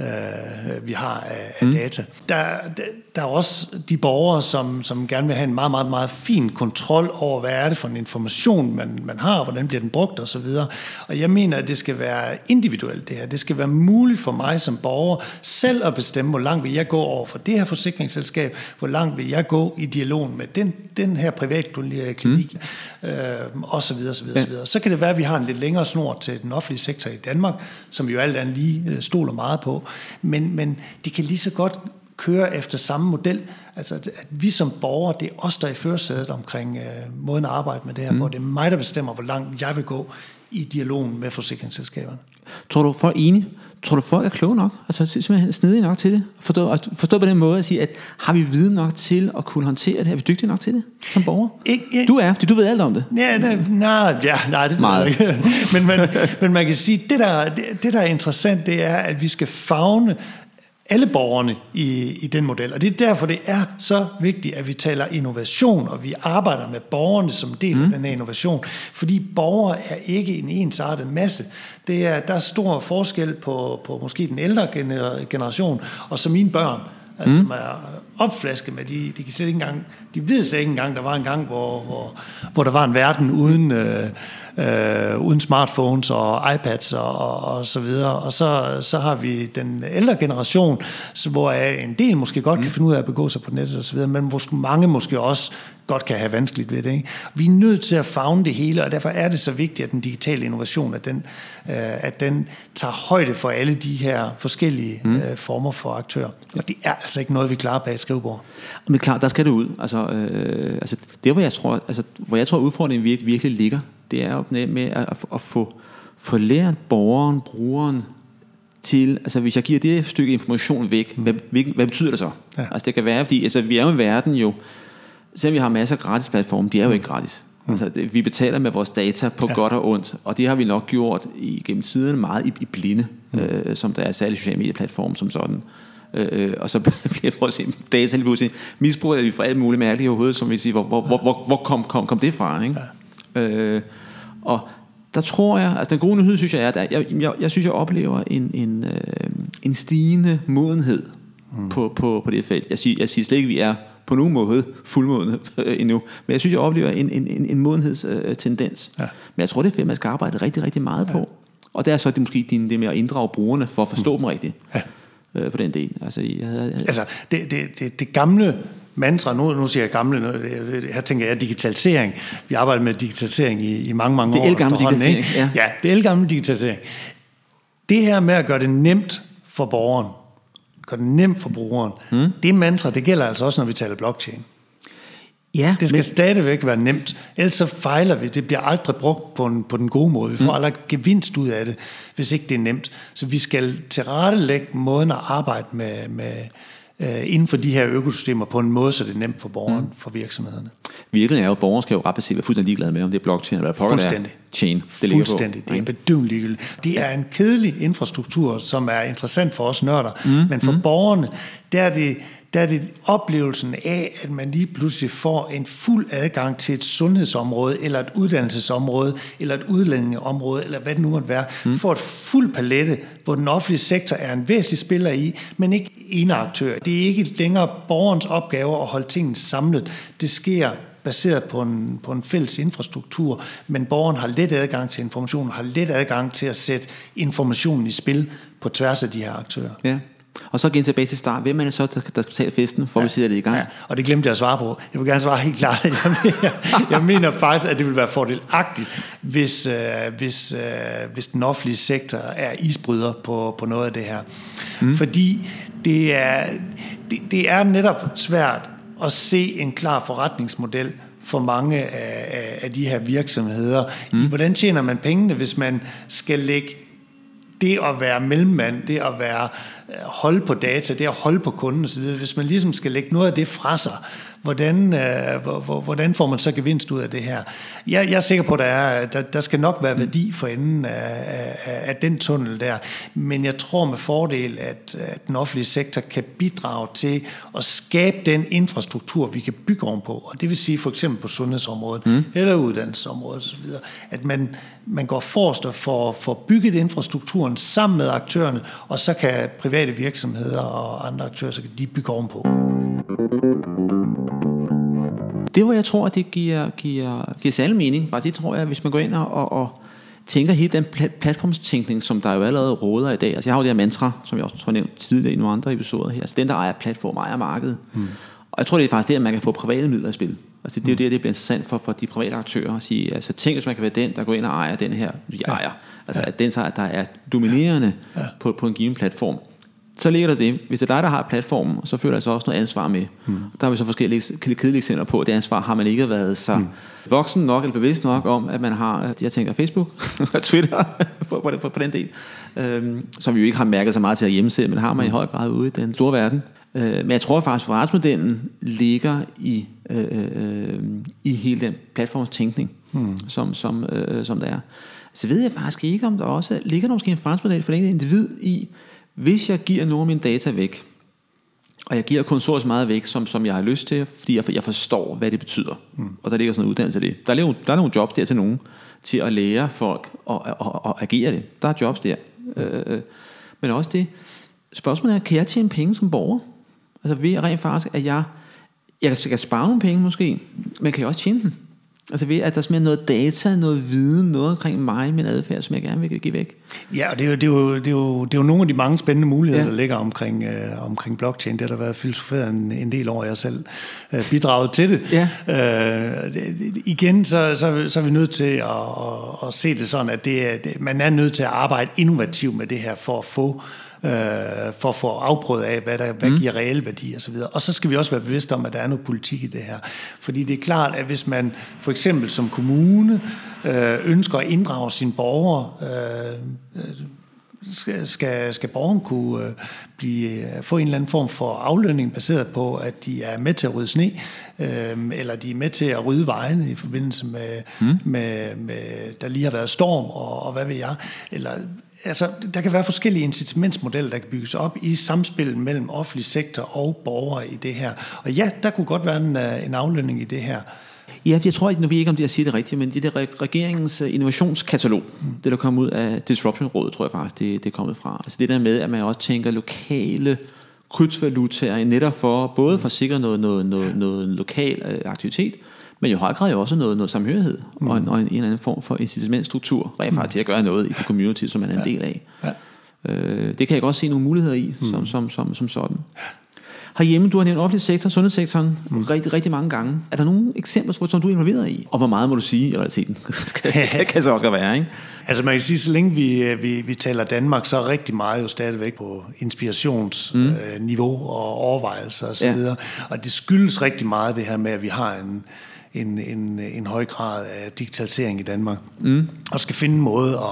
Speaker 2: øh, vi har af, af mm. data. Der, der, der er også de borgere, som, som gerne vil have en meget, meget, meget fin kontrol over, hvad er det for en information, man, man har, hvordan bliver den brugt og så videre. Og jeg mener, at det skal være individuelt det her. Det skal være muligt for mig som borger selv at bestemme, hvor langt vil jeg gå over for det her forsikringsselskab, hvor langt vil jeg gå i dialog med den, den her privatklinik, mm. øh, og så videre, så videre, ja. så videre. Så kan det være, at vi har en lidt længere snor til den offentlige sektor i Danmark, som vi jo alt andet lige stoler meget på. Men, men de kan lige så godt køre efter samme model. Altså, at vi som borgere, det er os, der er i førersædet omkring øh, måden at arbejde med det her mm. på. Det er mig, der bestemmer, hvor langt jeg vil gå i dialogen med forsikringsselskaberne.
Speaker 1: Tror du, folk er enige? Tror du, folk er kloge nok? Altså simpelthen snedige nok til det? Forstå, forstå på den måde at sige, at har vi viden nok til at kunne håndtere det? Er vi dygtige nok til det som borgere?
Speaker 2: Ik, ik,
Speaker 1: du er, fordi du ved alt om det.
Speaker 2: Ja, nej, ja, nej det ved jeg ikke. men, man, men man kan sige, det der, det, det der er interessant, det er, at vi skal favne alle borgerne i, i den model. Og det er derfor, det er så vigtigt, at vi taler innovation, og vi arbejder med borgerne som del af mm. den her innovation. Fordi borgere er ikke en ensartet masse. Det er, der er stor forskel på, på måske den ældre generation, og så mine børn, altså, mm. som er opflasket med, de, de kan slet ikke engang, de ved slet ikke engang, der var en gang, hvor, hvor, hvor der var en verden uden... Øh, Øh, uden smartphones og iPads og, og, og så videre. Og så, så har vi den ældre generation, så, hvor en del måske godt mm. kan finde ud af at begå sig på nettet og så videre, men måske, mange måske også godt kan have vanskeligt ved det. Ikke? Vi er nødt til at favne det hele, og derfor er det så vigtigt, at den digitale innovation, at den, øh, at den tager højde for alle de her forskellige mm. øh, former for aktører. Og det er altså ikke noget, vi klarer bag et skrivebord.
Speaker 1: Men klart, der skal det ud. Altså, øh, altså det, hvor jeg tror, altså, hvor jeg tror udfordringen virkelig, virkelig ligger, det er jo med at, at, at få, få lært borgeren, brugeren til, altså hvis jeg giver det stykke information væk, mm. hvad, hvad, hvad betyder det så? Ja. Altså det kan være, fordi altså, vi er jo en verden jo, selvom vi har masser af gratis platforme, de er jo ikke gratis. Mm. Altså, det, vi betaler med vores data på ja. godt og ondt, og det har vi nok gjort i, gennem tiden meget i, i blinde, mm. øh, som der er særligt sociale medieplatforme som sådan. Øh, og så bliver jeg prøvet at se data lige pludselig misbruger vi for alt muligt mærkeligt i hovedet, som vi siger, hvor, hvor, hvor, hvor, hvor kom, kom, kom det fra, ikke? Ja. Øh, og der tror jeg, altså den gode nyhed synes jeg er, at jeg, jeg, jeg synes jeg oplever en, en, øh, en stigende modenhed mm. på, på, på det felt. Jeg siger, jeg siger slet ikke, at vi er på nogen måde fuldmodne øh, endnu, men jeg synes jeg oplever en, en, en modenhedstendens. Øh, ja. Men jeg tror det er fedt, man skal arbejde rigtig, rigtig meget ja. på. Og der er så det måske din, det med at inddrage brugerne for at forstå mm. dem rigtigt ja. øh, på den del. Altså, jeg, jeg, jeg,
Speaker 2: altså det, det, det, det gamle mantra, nu, nu siger jeg gamle, her tænker jeg digitalisering. Vi arbejder med digitalisering i, i mange, mange år.
Speaker 1: Det er elgamle digitalisering,
Speaker 2: ja. Ja, det er elgamle digitalisering. Det her med at gøre det nemt for borgeren, gøre det nemt for brugeren, mm. det mantra, det gælder altså også, når vi taler blockchain.
Speaker 1: Ja,
Speaker 2: det skal
Speaker 1: men...
Speaker 2: stadigvæk være nemt, ellers så fejler vi. Det bliver aldrig brugt på, en, på den gode måde. Vi får mm. aldrig gevinst ud af det, hvis ikke det er nemt. Så vi skal tilrettelægge måden at arbejde med, med inden for de her økosystemer på en måde, så det er nemt for borgeren, mm. for virksomhederne.
Speaker 1: Virkelig er jo, at borgeren skal jo ret beset være fuldstændig ligeglade med, om det er blockchain eller pokker, der er chain, det ligger på.
Speaker 2: Fuldstændig. Det er bedøvende ligegyldigt. Det er en kedelig infrastruktur, som er interessant for os nørder, mm. men for mm. borgerne, der er det der er det oplevelsen af, at man lige pludselig får en fuld adgang til et sundhedsområde, eller et uddannelsesområde, eller et udlændingeområde, eller hvad det nu måtte være, mm. får et fuld palette, hvor den offentlige sektor er en væsentlig spiller i, men ikke ene aktør. Det er ikke længere borgerens opgave at holde tingene samlet. Det sker baseret på en, på en fælles infrastruktur, men borgeren har let adgang til information, har let adgang til at sætte informationen i spil på tværs af de her aktører.
Speaker 1: Ja. Og så igen tilbage til start. Hvem er det så, der skal, der skal tage festen, for ja, vi sætter det i gang? Ja,
Speaker 2: og det glemte jeg at svare på. Jeg vil gerne svare helt klart. Jeg mener, jeg mener faktisk, at det vil være fordelagtigt, hvis, øh, hvis, øh, hvis den offentlige sektor er isbryder på, på noget af det her. Mm. Fordi det er, det, det er netop svært at se en klar forretningsmodel for mange af, af, af de her virksomheder. Mm. I hvordan tjener man pengene, hvis man skal lægge det at være mellemmand, det at være holde på data, det at holde på kunden osv., hvis man ligesom skal lægge noget af det fra sig, hvordan, øh, hvordan får man så gevinst ud af det her? Jeg, jeg er sikker på, at der, er, der, der skal nok være værdi for enden af, af, af den tunnel der, men jeg tror med fordel, at, at den offentlige sektor kan bidrage til at skabe den infrastruktur, vi kan bygge ovenpå, og det vil sige for eksempel på sundhedsområdet mm. eller uddannelsesområdet osv., at man, man går forrest og får, får bygget infrastrukturen sammen med aktørerne, og så kan private virksomheder og andre aktører, så kan de bygge ovenpå.
Speaker 1: Det, hvor jeg tror, at det giver, giver, giver særlig mening, var det, tror jeg, hvis man går ind og, og tænker hele den pl- platformstænkning, som der jo allerede råder i dag. Altså jeg har jo det her mantra, som jeg også har nævnt tidligere i nogle andre episoder her. Altså den, der ejer platform, ejer markedet. Mm. Og jeg tror, det er faktisk det, at man kan få private midler i spil. Altså det er jo det, det bliver interessant for, for de private aktører at sige, altså tænk, hvis man kan være den, der går ind og ejer den her, de ejer. Altså ja. At den så, der er dominerende ja. på, på en given platform. Så ligger der det. Hvis det er dig, der har platformen, så føler jeg så også noget ansvar med. Mm. Der har vi så forskellige kedelige eksempler på, at det ansvar har man ikke været så mm. voksen nok eller bevidst nok om, at man har, jeg tænker Facebook og Twitter på, på, på, på den del, øhm, som vi jo ikke har mærket så meget til at hjemmesætte, men har man i høj grad ude i den store verden. Øh, men jeg tror faktisk, at forretningsmodellen ligger i, øh, øh, i hele den platformstænkning, mm. som, som, øh, som der er. Så ved jeg faktisk ikke, om der også ligger der måske en forretningsmodel for det enkelte individ i, hvis jeg giver nogle af mine data væk, og jeg giver kun så meget væk, som, som jeg har lyst til, fordi jeg, jeg forstår, hvad det betyder. Mm. Og der ligger sådan en uddannelse af det. Der er, der er nogle jobs der til nogen, til at lære folk at, at, at, at agere det. Der er jobs der. Mm. Øh, men også det, spørgsmålet er, kan jeg tjene penge som borger? Altså ved rent faktisk, at jeg, jeg kan spare nogle penge måske, men kan jeg også tjene dem? Altså ved, at der er noget data, noget viden, noget omkring mig, min adfærd, som jeg gerne vil give væk.
Speaker 2: Ja, og det er jo, det er jo, det er jo, det er jo nogle af de mange spændende muligheder, ja. der ligger omkring, øh, omkring blockchain. Det har der været filosoferet en, en del år, jeg selv øh, bidraget til det. Ja. Øh, det igen, så, så, så er vi nødt til at, at, at se det sådan, at det, det, man er nødt til at arbejde innovativt med det her, for at få for at få afprøvet af, hvad der hvad mm. giver reel værdi og så videre. Og så skal vi også være bevidste om, at der er noget politik i det her. Fordi det er klart, at hvis man for eksempel som kommune øh, ønsker at inddrage sine borgere, øh, skal, skal, skal borgeren kunne øh, blive, få en eller anden form for aflønning baseret på, at de er med til at rydde sne, øh, eller de er med til at rydde vejene i forbindelse med, mm. med, med der lige har været storm, og, og hvad ved jeg, eller altså, der kan være forskellige incitamentsmodeller, der kan bygges op i samspil mellem offentlig sektor og borgere i det her. Og ja, der kunne godt være en, en aflønning i det her.
Speaker 1: Ja, jeg tror ikke, nu ved jeg ikke, om det jeg siger det rigtigt, men det er regeringens innovationskatalog, mm. det der kom ud af Disruption-rådet, tror jeg faktisk, det, det er kommet fra. Altså det der med, at man også tænker lokale kryptovalutaer, netop for, både for at sikre noget, noget, noget, noget lokal aktivitet, men i høj grad jo også noget, noget samhørighed, mm. og, en, og en, en eller anden form for incitamentstruktur, rent faktisk til at gøre noget i det community, som man er en del af. Ja. Ja. Øh, det kan jeg godt se nogle muligheder i, mm. som, som, som, som sådan. Herhjemme, du har nævnt offentlig sektor, sundhedssektoren, mm. rigtig, rigtig mange gange. Er der nogle eksempler, som du er involveret i? Og hvor meget må du sige i realiteten? Det kan så også være, ikke?
Speaker 2: Altså man kan sige, så længe vi, vi, vi taler Danmark, så er rigtig meget jo stadigvæk på inspirationsniveau mm. og overvejelser og så ja. videre. Og det skyldes rigtig meget det her med, at vi har en En, en, en høj grad af digitalisering i Danmark, mm. og skal finde en måde at,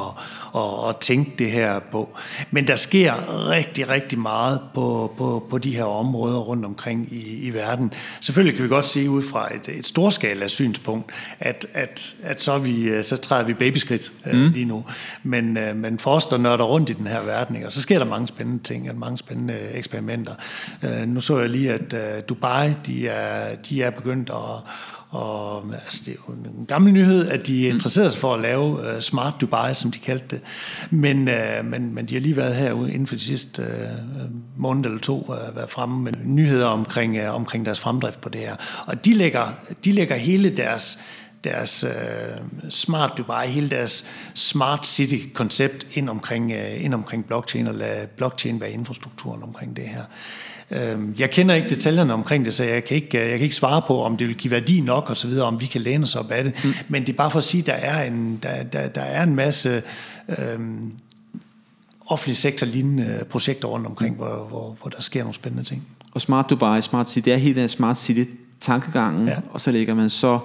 Speaker 2: at, at tænke det her på. Men der sker rigtig, rigtig meget på, på, på de her områder rundt omkring i, i verden. Selvfølgelig kan vi godt sige ud fra et, et storskala synspunkt, at, at, at så, vi, så træder vi babyskridt mm. lige nu. Men, men for os, der nørder rundt i den her verden, ikke? Og så sker der mange spændende ting, og mange spændende eksperimenter. Nu så jeg lige, at Dubai, de er, de er begyndt at Og altså, det er jo en gammel nyhed, at de er interesseret sig for at lave uh, Smart Dubai, som de kaldte det. Men, uh, men, men de har lige været herude inden for de sidste uh, måned eller to uh, været fremme med nyheder omkring, uh, omkring deres fremdrift på det her. Og de lægger, de lægger hele deres, deres uh, Smart Dubai, hele deres Smart City-koncept ind omkring, uh, ind omkring blockchain, og lade blockchain være infrastrukturen omkring det her. Jeg kender ikke detaljerne omkring det, så jeg kan ikke, jeg kan ikke svare på, om det vil give værdi nok og så videre, om vi kan læne os op af det. Mm. Men det er bare for at sige, at der er en, der, der, der er en masse øhm, offentlig sektor-lignende projekter rundt omkring, mm. hvor, hvor, hvor der sker nogle spændende ting. Og
Speaker 1: Smart Dubai, Smart City, det er hele den Smart City-tankegangen, ja. Og så lægger man så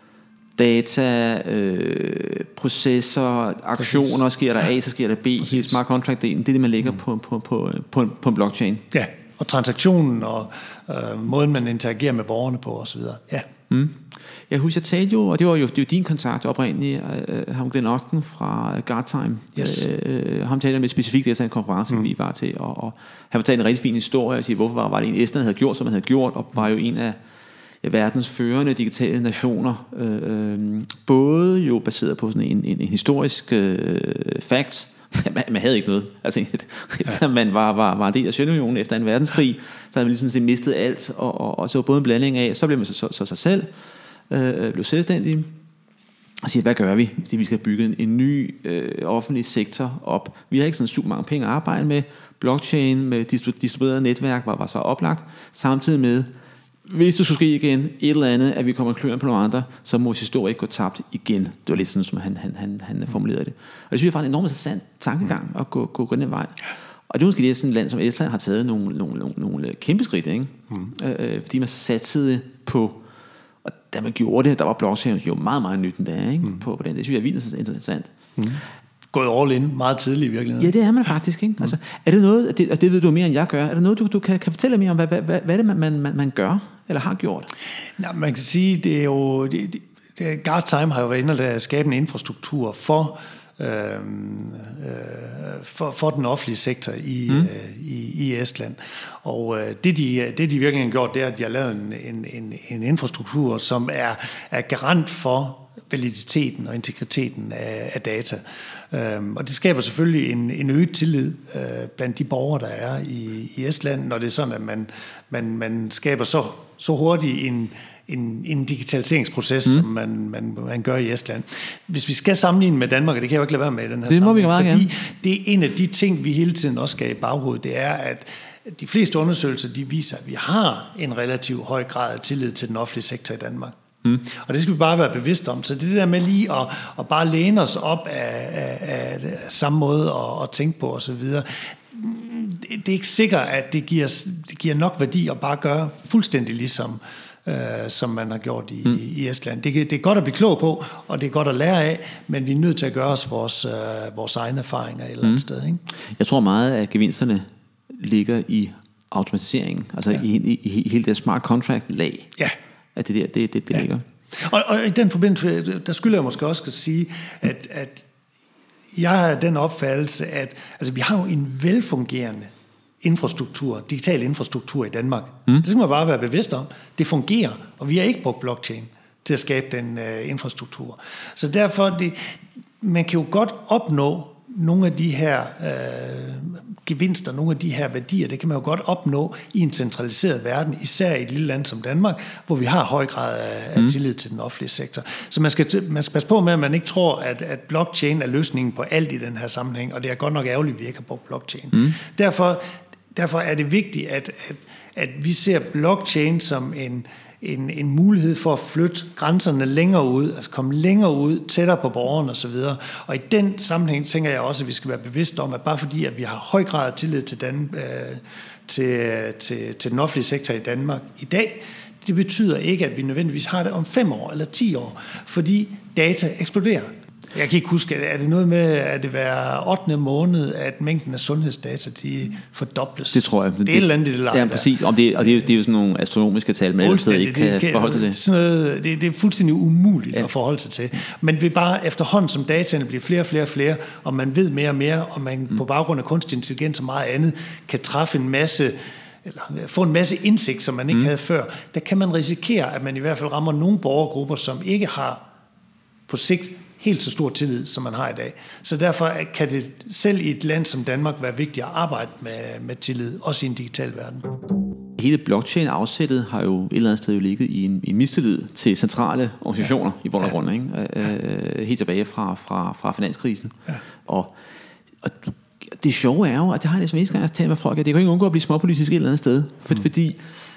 Speaker 1: data, øh, processer, aktioner, Præcis. Sker der A, så sker der B, hele smart contract-delen, det er det, man lægger mm. på, på, på, på, på en blockchain. Ja.
Speaker 2: Og transaktionen og øh, måden, man interagerer med borgerne på osv. Ja. Mm.
Speaker 1: Jeg husker, jeg talte jo, og det var jo, det var jo din kontakt oprindeligt, øh, ham Glenn Austin fra Guardtime.
Speaker 2: Yes.
Speaker 1: Øh, ham talte med specifikt efter en konference, mm. vi var til, og, og han fortalte en rigtig fin historie, og sige, hvorfor var, var det en Estland havde gjort, som han havde gjort, og var jo en af ja, verdens førende digitale nationer, øh, både jo baseret på sådan en, en, en historisk øh, fact. Man, man havde ikke noget. Altså, efter man var, var, var en del af Sovjetunionen efter en verdenskrig, så havde man ligesom mistet alt, og, og, og så var både en blanding af, så blev man så, så, så sig selv, øh, blev selvstændig, og siger, hvad gør vi? Fordi vi skal bygge en, en ny øh, offentlig sektor op. Vi har ikke sådan super mange penge at arbejde med. Blockchain med distribueret netværk var, var så oplagt, samtidig med, hvis det skulle ske igen et eller andet, at vi kommer kløerne på nogle andre, så må vores historie ikke gå tabt igen. Det var lidt sådan, som han, han, han, han formulerede det. Og det synes jeg faktisk er en enormt interessant tankegang at gå, gå, gå den vej. Og det er måske det, sådan et land som Estland har taget nogle, nogle, nogle, nogle kæmpe skridt, ikke? Mm. Øh, fordi man satsede på, og da man gjorde det, der var blockchain jo meget, meget nyt den der, ikke? Mm. På, på den. Det synes jeg er vildt interessant. Mm.
Speaker 2: Gået all in meget tidligt i virkeligheden.
Speaker 1: Ja, det er man faktisk, ikke? Altså, er det noget, det, og det ved du mere end jeg gør, er det noget, du, du kan, kan fortælle mere om, hvad, hvad, hvad er det, man, man, man gør, eller har gjort?
Speaker 2: Ja, man kan sige, det er jo, det, det, Guardtime har jo været inde og skabe en infrastruktur for, øh, øh, for, for den offentlige sektor i, mm. øh, i, i Estland. Og øh, det, de, det, de virkelig har gjort, det er, at de har lavet en, en, en, en infrastruktur, som er, er garant for validiteten og integriteten af, af data. Øhm, og det skaber selvfølgelig en, en øget tillid øh, blandt de borgere, der er i, i Estland, når det er sådan, at man, man, man skaber så, så hurtigt en, en, en digitaliseringsproces, mm. som man, man, man gør i Estland. Hvis vi skal sammenligne med Danmark, og det kan jeg jo ikke lade være med i den her
Speaker 1: det må vi meget
Speaker 2: fordi
Speaker 1: gerne.
Speaker 2: Det er en af de ting, vi hele tiden også skal i baghovedet, det er, at de fleste undersøgelser, de viser, at vi har en relativt høj grad af tillid til den offentlige sektor i Danmark. Mm. Og det skal vi bare være bevidste om. Så det der med lige at, at bare læne os op af, af, af, af samme måde at, at tænke på osv., det, det er ikke sikkert, at det giver, det giver nok værdi at bare gøre fuldstændig ligesom, øh, som man har gjort i, mm. i Estland. Det, det er godt at blive klog på, og det er godt at lære af, men vi er nødt til at gøre os vores, øh, vores egne erfaringer et eller andet mm. sted. Ikke?
Speaker 1: Jeg tror meget, at gevinsterne ligger i automatiseringen, altså ja. i, i, i hele det smart contract-lag. Ja. At det der, det, det, det ja. ligger.
Speaker 2: Og, og i den forbindelse, der skylder jeg måske også at sige, at, at jeg har den opfattelse, at altså, vi har jo en velfungerende infrastruktur, digital infrastruktur i Danmark. Mm. Det skal man bare være bevidst om. Det fungerer, og vi har ikke brugt blockchain til at skabe den uh, infrastruktur. Så derfor, det, man kan jo godt opnå nogle af de her øh, gevinster, nogle af de her værdier, det kan man jo godt opnå i en centraliseret verden, især i et lille land som Danmark, hvor vi har høj grad af, af tillid til den offentlige sektor. Så man skal, man skal passe på med, at man ikke tror, at, at blockchain er løsningen på alt i den her sammenhæng, og det er godt nok ærgerligt, at vi ikke har brugt blockchain. Mm. Derfor, derfor er det vigtigt, at, at, at vi ser blockchain som en En, en mulighed for at flytte grænserne længere ud, altså komme længere ud, tættere på borgerne osv. Og i den sammenhæng tænker jeg også, at vi skal være bevidste om, at bare fordi, at vi har høj grad af tillid til den, øh, til, til, til den offentlige sektor i Danmark i dag, det betyder ikke, at vi nødvendigvis har det om fem år eller ti år, fordi data eksploderer. Jeg kan ikke huske, er det noget med, at det hver ottende måned, at mængden af sundhedsdata, de fordobles?
Speaker 1: Det tror jeg.
Speaker 2: Det er et eller andet, det leger.
Speaker 1: Ja, præcis. Om det, og det er, det er jo sådan nogle astronomiske tal, man ellers ikke kan, kan forholde sig til.
Speaker 2: Noget, det, det er fuldstændig umuligt ja. at forholde sig til. Men vi bare efterhånden, som dataene bliver flere og flere og flere, og man ved mere og mere, og man mm. på baggrund af kunstig intelligens og meget andet, kan træffe en masse... eller få en masse indsigt, som man ikke mm. havde før, der kan man risikere, at man i hvert fald rammer nogle borgergrupper, som ikke har på sigt helt så stor tillid, som man har i dag. Så derfor kan det selv i et land som Danmark være vigtigt at arbejde med, med tillid, også i en digital verden.
Speaker 1: Hele blockchain-afsættet har jo et eller andet sted jo ligget i en, en mistillid til centrale organisationer ja. i bund og grund, ikke? Ja. Helt tilbage fra, fra, fra finanskrisen. Ja. Og, og det sjove er jo, at det har jeg næsten eneste gang, jeg har talt med folk, at det kan ikke undgå at blive småpolitisk et eller andet sted. For, mm. Fordi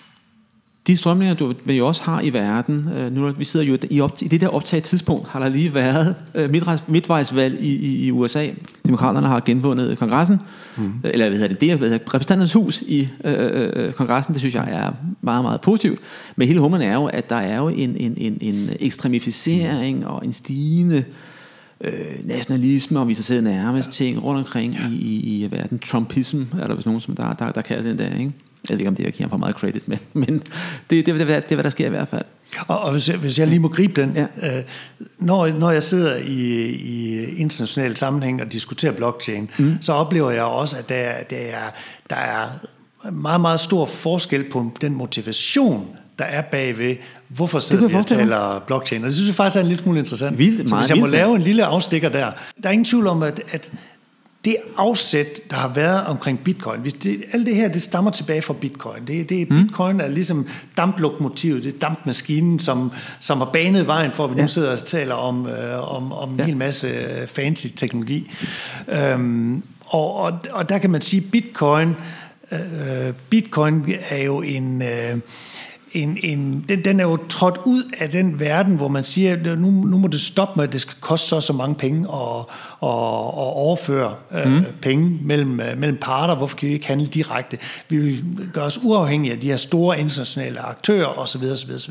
Speaker 1: de strømninger, du jo også har i verden, øh, nu vi sidder jo i, op, i det der optaget tidspunkt, har der lige været øh, midtvejs, midtvejsvalg i, i, i U S A. Demokraterne har genvundet kongressen, mm. eller hvad hedder det, det er repræsentanternes hus i øh, øh, kongressen. Det synes jeg er meget, meget positivt. Men hele humlen er jo, at der er jo en, en, en, en ekstremificering og en stigende øh, nationalisme, og vi så sidder nærmest ting rundt omkring ja. i, i, i verden. Trumpism er der vist nogen, som der, der, der kalder den der, ikke? Jeg ved ikke, om det er, jeg giver for meget credit, men, men det, det, det, det, det er, hvad der sker i hvert fald.
Speaker 2: Og, og hvis, jeg, hvis jeg lige må gribe den, ja. øh, når, når jeg sidder i, i international sammenhæng og diskuterer blockchain, mm. så oplever jeg også, at der, der, er, der er meget, meget stor forskel på den motivation, der er bagved, hvorfor sidder vi og taler blockchain. Og det synes jeg faktisk er en lille smule interessant.
Speaker 1: Vildt,
Speaker 2: så hvis jeg må lave en lille afstikker der. Der er ingen tvivl om, at, at det afsæt, der har været omkring bitcoin, hvis det, alt det her, det stammer tilbage fra bitcoin. Det, det, mm. Bitcoin er ligesom damplokomotivet, det er dampmaskinen, som, som har banet vejen for, at vi ja. nu sidder og taler om, øh, om, om en ja. hel masse fancy teknologi. Øhm, og, og, og der kan man sige, bitcoin, øh, bitcoin er jo en... Øh, En, en, den, den er jo trådt ud af den verden, hvor man siger, nu, nu må det stoppe med, at det skal koste så så mange penge at, at, at overføre øh, mm. penge mellem, mellem parter. Hvorfor kan vi ikke handle direkte? Vi vil gøre os uafhængige af de her store internationale aktører osv. osv., osv.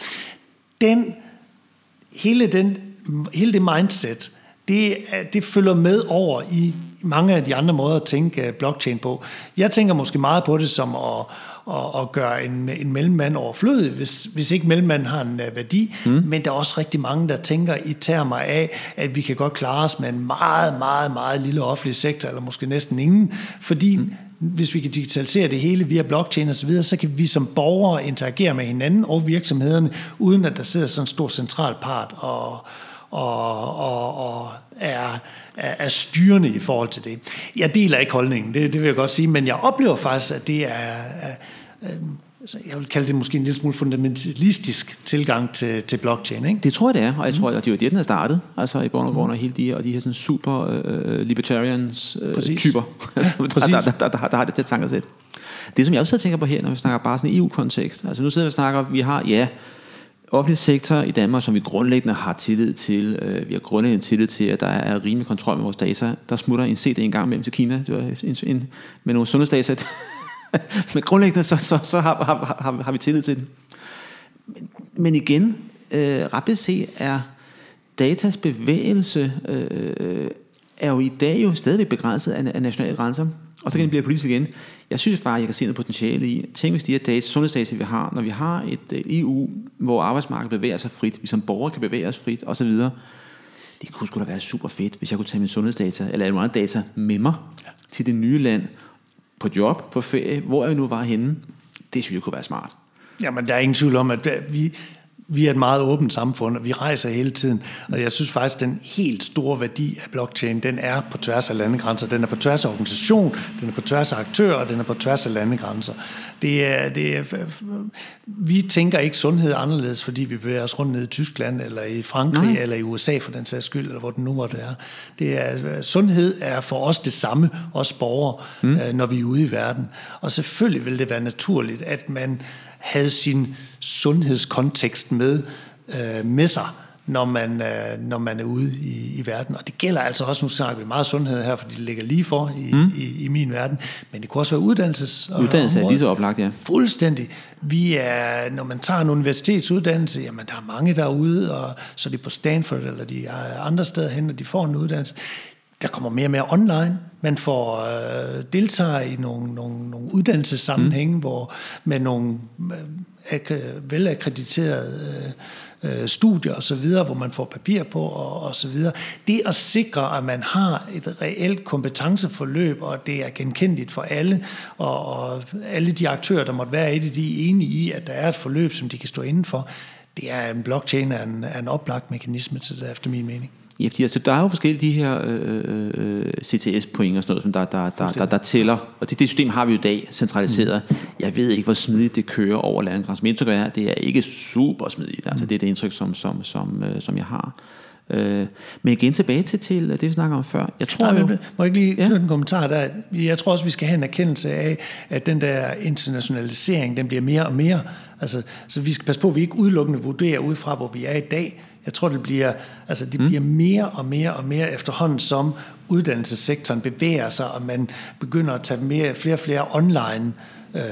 Speaker 2: Den, hele, den, hele det mindset, det, det følger med over i mange af de andre måder at tænke blockchain på. Jeg tænker måske meget på det som at Og, og gøre en, en mellemmand overflødig, hvis, hvis ikke mellemmanden har en uh, værdi. Mm. Men der er også rigtig mange, der tænker i termer af, at vi kan godt klare os med en meget, meget, meget lille offentlig sektor, eller måske næsten ingen, fordi mm. hvis vi kan digitalisere det hele via blockchain og så videre, så kan vi som borgere interagere med hinanden og virksomhederne, uden at der sidder sådan en stor central part og, og, og, og er, er, er styrende i forhold til det. Jeg deler ikke holdningen, det, det vil jeg godt sige, men jeg oplever faktisk, at det er, er, er jeg vil kalde det måske en lille smule fundamentalistisk tilgang til, til blockchain, ikke?
Speaker 1: Det tror jeg, det er, og jeg tror, at det var det, den er startet, altså i bund og grund, og hele de, og de her sådan super uh, libertarians uh, typer, altså, der, der, der, der, der har det til tankesæt. Det, som jeg også tænker på her, når vi snakker bare sådan i E U-kontekst, altså nu sidder vi og snakker, vi har, ja, offentlig sektor i Danmark, som vi grundlæggende har tillid til. Øh, vi har grundlæggende tillid til, at der er rimelig kontrol med vores data. Der smutter en C D en gang mellem til Kina det var en, en, med nogle sundhedsdata. Men grundlæggende så, så, så har, har, har, har vi tillid til den. Men, men igen, øh, ret beset er datas bevægelse øh, er jo i dag jo stadigvæk begrænset af, af nationale grænser. Og så kan det blive politisk igen. Jeg synes bare, at jeg kan se noget potentiale i. Tænk hvis de her data, sundhedsdata, vi har, når vi har et E U, hvor arbejdsmarkedet bevæger sig frit, vi som borgere kan bevæge os frit, osv. Det kunne sgu da være super fedt, hvis jeg kunne tage min sundhedsdata, eller nogle andre data med mig ja. til det nye land, på job, på ferie, hvor jeg nu var henne. Det synes jeg kunne være smart.
Speaker 2: Jamen, der er ingen tvivl om, at vi... Vi er et meget åbent samfund, og vi rejser hele tiden. Og jeg synes faktisk, at den helt store værdi af blockchain, den er på tværs af landegrænser. Den er på tværs af organisation, den er på tværs af aktører, og den er på tværs af landegrænser. Det er, det er, vi tænker ikke sundhed anderledes, fordi vi bevæger os rundt ned i Tyskland, eller i Frankrig, Nej. eller i U S A for den sags skyld, eller hvor den nu måtte være. Det er, sundhed er for os det samme, os borgere, mm. når vi er ude i verden. Og selvfølgelig vil det være naturligt, at man havde sin sundhedskontekst med, øh, med sig, når man, når man er ude i, i verden. Og det gælder altså også, nu snakker vi meget sundhed her, fordi det ligger lige for i, mm. i, i min verden, men det kunne også være uddannelses.
Speaker 1: Uddannelse er lige så oplagt, ja.
Speaker 2: Fuldstændig. Vi er, når man tager en universitetsuddannelse, jamen der er mange derude, og så er de på Stanford, eller de er andre steder hen, og de får en uddannelse. Der kommer mere og mere online. Man får øh, deltager i nogle, nogle, nogle uddannelsessammenhænge, mm. hvor med nogle øh, velakkrediterede øh, studier og så videre, hvor man får papir på og, og så videre. Det at sikre, at man har et reelt kompetenceforløb, og det er genkendeligt for alle, og, og alle de aktører, der måtte være i det, de er enige i, at der er et forløb, som de kan stå inden for. Det er en blockchain er en, er en oplagt mekanisme til det, efter min mening.
Speaker 1: Ja, fordi altså, der er jo forskellige de her øh, øh, C T S-point og sådan noget, som der, der, der, der, der tæller. Og det, det system har vi jo i dag centraliseret. Mm. Jeg ved ikke, hvor smidigt det kører over landegrænsen. Men indtryk er, det er ikke super smidigt. Altså, det er det indtryk, som, som, som, øh, som jeg har. Øh, men igen tilbage til, til det, vi snakker om før. Jeg tror
Speaker 2: Nej,
Speaker 1: jo...
Speaker 2: Må jeg ikke lige knytte ja. en kommentar der? Jeg tror også, vi skal have en erkendelse af, at den der internationalisering, den bliver mere og mere. Altså, så vi skal passe på, at vi ikke udelukkende vurderer ud fra, hvor vi er i dag. Jeg tror, det bliver, altså det bliver mm. mere og mere og mere efterhånden, som uddannelsessektoren bevæger sig, og man begynder at tage mere, flere og flere online, øh,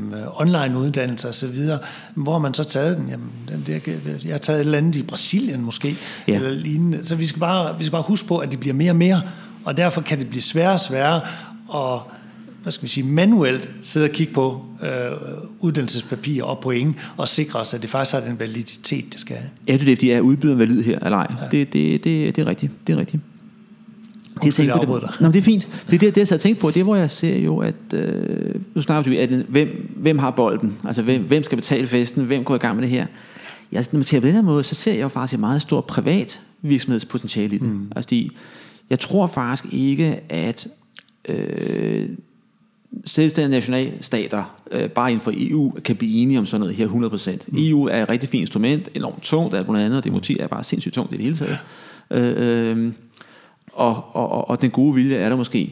Speaker 2: online uddannelser osv., hvor man så taget den. Jamen, det, jeg har taget et eller andet i Brasilien måske, ja. eller lignende. Så vi skal, bare, vi skal bare huske på, at det bliver mere og mere, og derfor kan det blive sværere og sværere at hvad skal vi sige, manuelt sidde og kigge på øh, uddannelsespapir og point og sikre os, at det faktisk har den validitet, det skal have.
Speaker 1: Ja, det er, de er udbyder valid her, eller ej. Ja. Det, det, det, det er rigtigt. Det er rigtigt. Det, tænkt på, det, nå, det er fint. Det er det, det jeg har tænkt på. Det er, hvor jeg ser jo, at øh, nu snakker vi at hvem, hvem har bolden? Altså, hvem, hvem skal betale festen? Hvem går i gang med det her? Jeg, når man tager på den her måde, så ser jeg jo faktisk et meget stort privat virksomhedspotentiale i det. Mm. Altså, de, jeg tror faktisk ikke, at øh, selvstændige nationalstater øh, bare inden for E U kan blive enige om sådan noget her hundrede procent. Mm. E U er et rigtig fint instrument, enormt tungt, der er noget andet, og demokrati er bare sindssygt tungt i det hele taget. Øh, øh, og, og, og den gode vilje er der måske.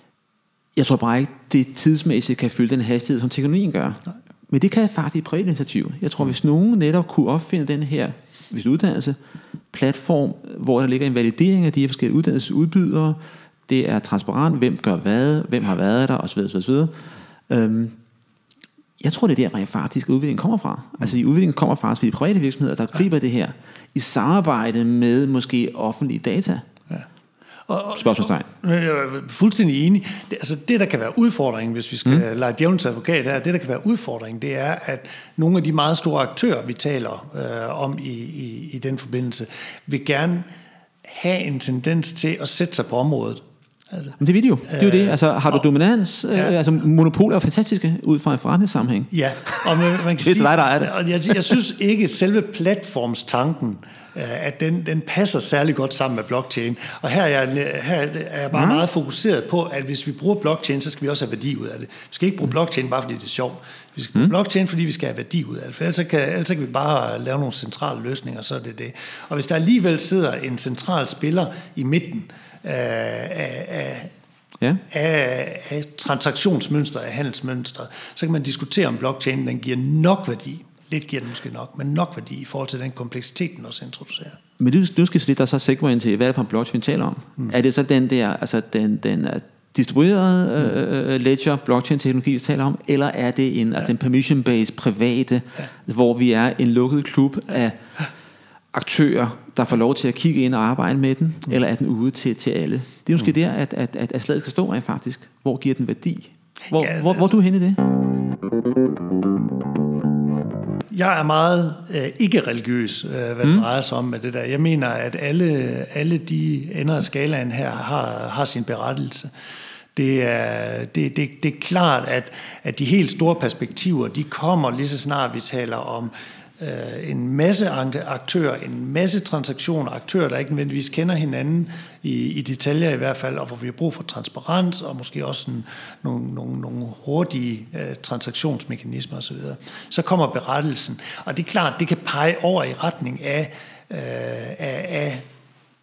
Speaker 1: Jeg tror bare ikke, det tidsmæssigt kan følge den hastighed, som teknologien gør. Nej. Men det kan faktisk i privat initiativ. Jeg tror, hvis nogen netop kunne opfinde den her hvis uddannelse, platform, hvor der ligger en validering af de her forskellige uddannelsesudbydere, det er transparent, hvem gør hvad, hvem har været der, osv. osv. Øhm, jeg tror, det er der rent faktisk, udviklingen kommer fra. Mm. Altså, udviklingen kommer fra de private virksomheder, der griber ja. det her i samarbejde med måske offentlige data. Ja.
Speaker 2: Og, og, Spørgsmålstegn. Jeg er fuldstændig enig. Det, altså, det, der kan være udfordringen, hvis vi skal mm. lege djævelens advokat her, det, der kan være udfordringen, det er, at nogle af de meget store aktører, vi taler øh, om i, i, i den forbindelse, vil gerne have en tendens til at sætte sig på området.
Speaker 1: Altså, men det vil de jo. Det er jo det. Altså, har du og, dominans? Ja. Altså, monopoler er fantastiske ud fra en forretningssammenhæng.
Speaker 2: Ja, og man, man kan
Speaker 1: det er
Speaker 2: sige,
Speaker 1: dig, der er det.
Speaker 2: Og jeg, jeg synes ikke, selve platformstanken, at den, den passer særlig godt sammen med blockchain. Og her er jeg, her er jeg bare mm. meget fokuseret på, at hvis vi bruger blockchain, så skal vi også have værdi ud af det. Vi skal ikke bruge blockchain bare fordi det er sjovt. Vi skal bruge mm. blockchain, fordi vi skal have værdi ud af det. For ellers kan, ellers kan vi bare lave nogle centrale løsninger, så er det det. Og hvis der alligevel sidder en central spiller i midten af, af, ja. af, af transaktionsmønstre, af handelsmønstre, så kan man diskutere, om blockchain den giver nok værdi. Lidt giver den måske nok, men nok værdi i forhold til den kompleksitet, den også introducerer.
Speaker 1: Men du, du skal så lidt der så segway ind til, hvad er det for en blockchain, vi taler om? Mm. Er det så den der, altså den, den distribuerede uh, ledger blockchain-teknologi, vi taler om, eller er det en, ja. altså en permission-based private, ja. hvor vi er en lukket klub ja. af aktører, der får lov til at kigge ind og arbejde med den, mm. eller er den ude til, til alle? Det er måske mm. der, at, at, at, at slaget skal stå af faktisk. Hvor giver den værdi? Hvor, ja, hvor, hvor er du henne i det?
Speaker 2: Jeg er meget øh, ikke-religiøs, øh, hvad det mm. drejer sig om med det der. Jeg mener, at alle, alle de ender af skalaen her har, har sin berettigelse. Det er, det, det, det er klart, at, at de helt store perspektiver, de kommer lige så snart vi taler om øh, en masse aktører, en masse transaktioner, aktører, der ikke nødvendigvis kender hinanden i, i detaljer i hvert fald, og hvor vi har brug for transparens, og måske også en, nogle, nogle, nogle hurtige øh, transaktionsmekanismer osv. Så kommer berettelsen, og det er klart, det kan pege over i retning af, øh, af, af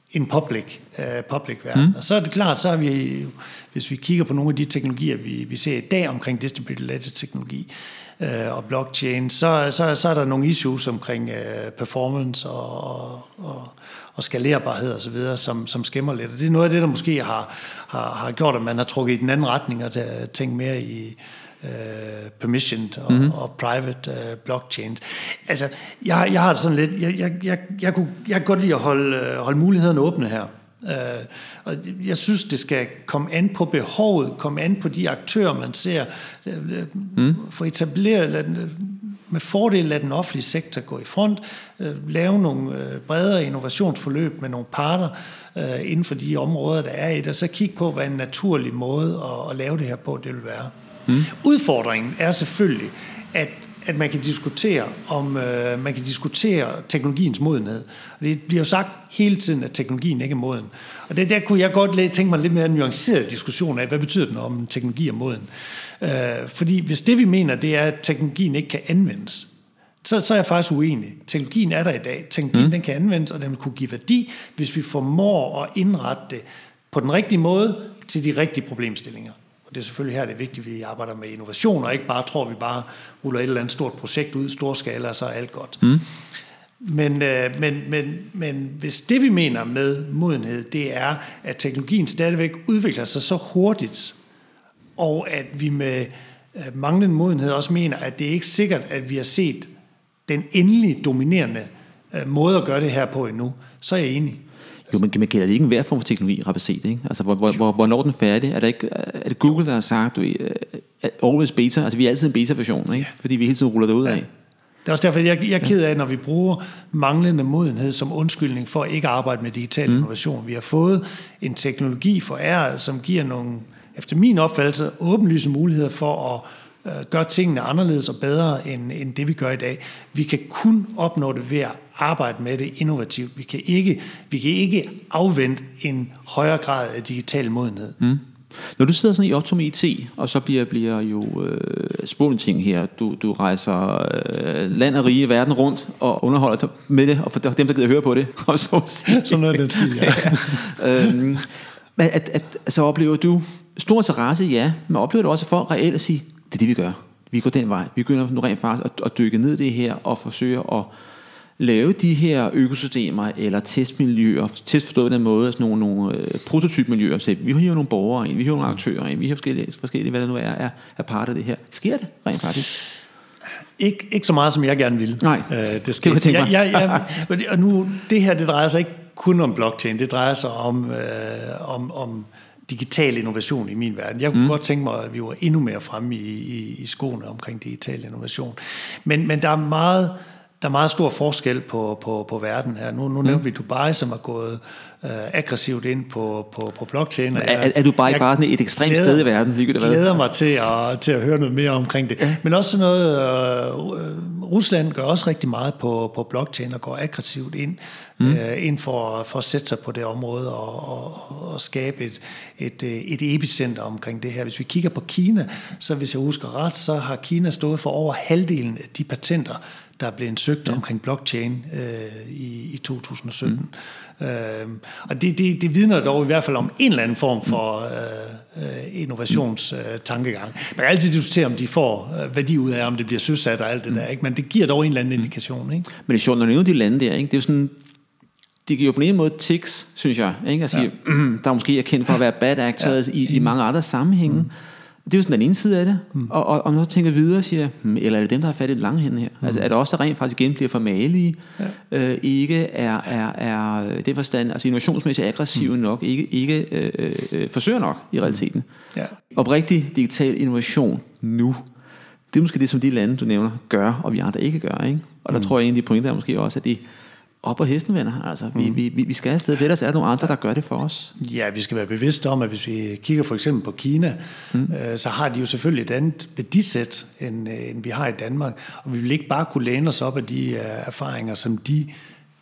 Speaker 2: en public, uh, public verden. Mm. Og så er det klart, så har vi, hvis vi kigger på nogle af de teknologier, vi, vi ser i dag omkring distributed ledger teknologi uh, og blockchain, så, så, så er der nogle issues omkring uh, performance og, og, og, og skalerbarhed og så videre, som, som skæmmer lidt. Og det er noget af det, der måske har, har, har gjort, at man har trukket i den anden retning og tænkt mere i Uh, permissioned og, mm-hmm. og private uh, blockchain. Altså, jeg, jeg har det sådan lidt, jeg, jeg, jeg, jeg, kunne, jeg kan godt lide at holde, holde mulighederne åbne her. Uh, og jeg synes, det skal komme an på behovet, komme an på de aktører, man ser, uh, mm. få etableret, lad den, med fordel lade den offentlige sektor gå i front, uh, lave nogle uh, bredere innovationsforløb med nogle parter uh, inden for de områder, der er i det, og så kigge på, hvad en naturlig måde at, at lave det her på, det vil være. Mm. Udfordringen er selvfølgelig, at, at man kan diskutere om øh, man kan diskutere teknologiens modenhed. Og det bliver jo sagt hele tiden, at teknologien ikke er moden. Og det der kunne jeg godt tænke mig en lidt mere nuanceret diskussion af, hvad betyder den om teknologi er moden? Øh, fordi hvis det vi mener, det er, at teknologien ikke kan anvendes, så, så er jeg faktisk uenig. Teknologien er der i dag. Teknologien mm. den kan anvendes, og den vil kunne give værdi, hvis vi formår at indrette det på den rigtige måde til de rigtige problemstillinger. Og det er selvfølgelig her, det er vigtigt, at vi arbejder med innovation, og ikke bare tror, at vi bare ruller et eller andet stort projekt ud i stor skala, og så er alt godt. Mm. Men, øh, men, men, men hvis det, vi mener med modenhed, det er, at teknologien stadigvæk udvikler sig så hurtigt, og at vi med øh, manglende modenhed også mener, at det er ikke sikkert, at vi har set den endelige dominerende øh, måde at gøre det her på endnu, så er jeg enig.
Speaker 1: Jo, men man kalder det ikke en hver form for teknologi, rapacet, ikke? Altså, hvor, hvor, hvor, hvornår den er færdig? Er det, ikke, er det Google, der har sagt, du er always beta? Altså, vi er altid en beta-version, ikke? Fordi vi hele tiden ruller det ud af. Ja.
Speaker 2: Det er også derfor, jeg, jeg er ked af, når vi bruger manglende modenhed som undskyldning for ikke at arbejde med digital mm. innovation. Vi har fået en teknologi for æret, som giver nogle, efter min opfattelse, åbenlyse muligheder for at gør tingene anderledes og bedre, end, end det vi gør i dag. Vi kan kun opnå det ved at arbejde med det innovativt. Vi kan ikke, vi kan ikke afvente en højere grad af digital modenhed. Mm.
Speaker 1: Når du sidder sådan i Optum I T, og så bliver, bliver jo øh, spurgt en ting her, du, du rejser øh, land og rige verden rundt og underholder med det, og for dem, der gider høre på det, og så
Speaker 2: sådan noget den stil, ja.
Speaker 1: ja. øhm, men at, at, så oplever du stor interesse, ja, men oplever du også for reelt at sige, det er det, vi gør. Vi går den vej. Vi begynder nu rent faktisk at, at dykke ned i det her og forsøge at lave de her økosystemer eller testmiljøer, testforstået på den måde, sådan nogle, nogle øh, prototypmiljøer. Så vi har jo nogle borgere ind, vi har nogle aktører ind, vi har forskellige, forskellige hvad det nu er, er, er part af det her. Sker det rent faktisk?
Speaker 2: Ikke, ikke så meget, som jeg gerne vil.
Speaker 1: Nej,
Speaker 2: øh, det skal
Speaker 1: det
Speaker 2: jeg, jeg, jeg, og nu, det her, det drejer sig ikke kun om blockchain, det drejer sig om, øh, om, om digital innovation i min verden. Jeg kunne mm. godt tænke mig, at vi var endnu mere fremme i, i, i skoene omkring digital innovation. Men, men der er meget, der er meget stor forskel på, på, på verden her. Nu, nu mm. nævner vi Dubai, som er gået øh, aggressivt ind på, på, på blockchain.
Speaker 1: Er, er, er Dubai bare sådan et ekstremt glæder, sted i verden? Jeg
Speaker 2: glæder mig til at, til at høre noget mere omkring det. Ja. Men også sådan noget, øh, Rusland gør også rigtig meget på, på blockchain og går aggressivt ind, mm. øh, ind for, for at sætte sig på det område og, og, og skabe et, et, et epicenter omkring det her. Hvis vi kigger på Kina, så hvis jeg husker ret, så har Kina stået for over halvdelen af de patenter, der blev søgt ja. omkring blockchain øh, i, i to tusind og sytten. Mm. Øh, og det, det, det vidner dog i hvert fald om en eller anden form for øh, innovationstankegang. Man kan altid diskutere, om de får øh, værdi ud af, om det bliver søsat og alt det mm. der, ikke? Men det giver dog en eller anden indikation. Ikke?
Speaker 1: Men det er sjovt, når nogle af de lande der, ikke? Det er jo sådan, de giver jo på en måde tics, synes jeg, ikke? At sige, ja. mm, der måske er kendt for at være bad actors ja. i, i mange andre sammenhænge. Mm. Det er jo sådan den ene side af det. Mm. Og, og, og når jeg tænker videre, siger hmm, eller er det dem, der har fat i den lange hende her? Mm. Altså er det også, der rent faktisk igen bliver for malige, ja. øh, ikke er, er, er det forstand, altså innovationsmæssigt aggressive mm. nok, ikke, ikke øh, øh, forsøger nok i realiteten. Mm. Ja. Oprigtig digital innovation nu, det er måske det, som de lande, du nævner, gør, og vi andre ikke gør. Ikke? Og der mm. tror jeg, en af de pointer er måske også, at de op på hesten, venner. Altså, vi, mm. vi, vi skal afsted, for ellers er der nogle andre, der gør det for os.
Speaker 2: Ja, vi skal være bevidste om, at hvis vi kigger for eksempel på Kina, mm. øh, så har de jo selvfølgelig et andet værdisæt, end, end vi har i Danmark. Og vi vil ikke bare kunne læne os op af de uh, erfaringer, som de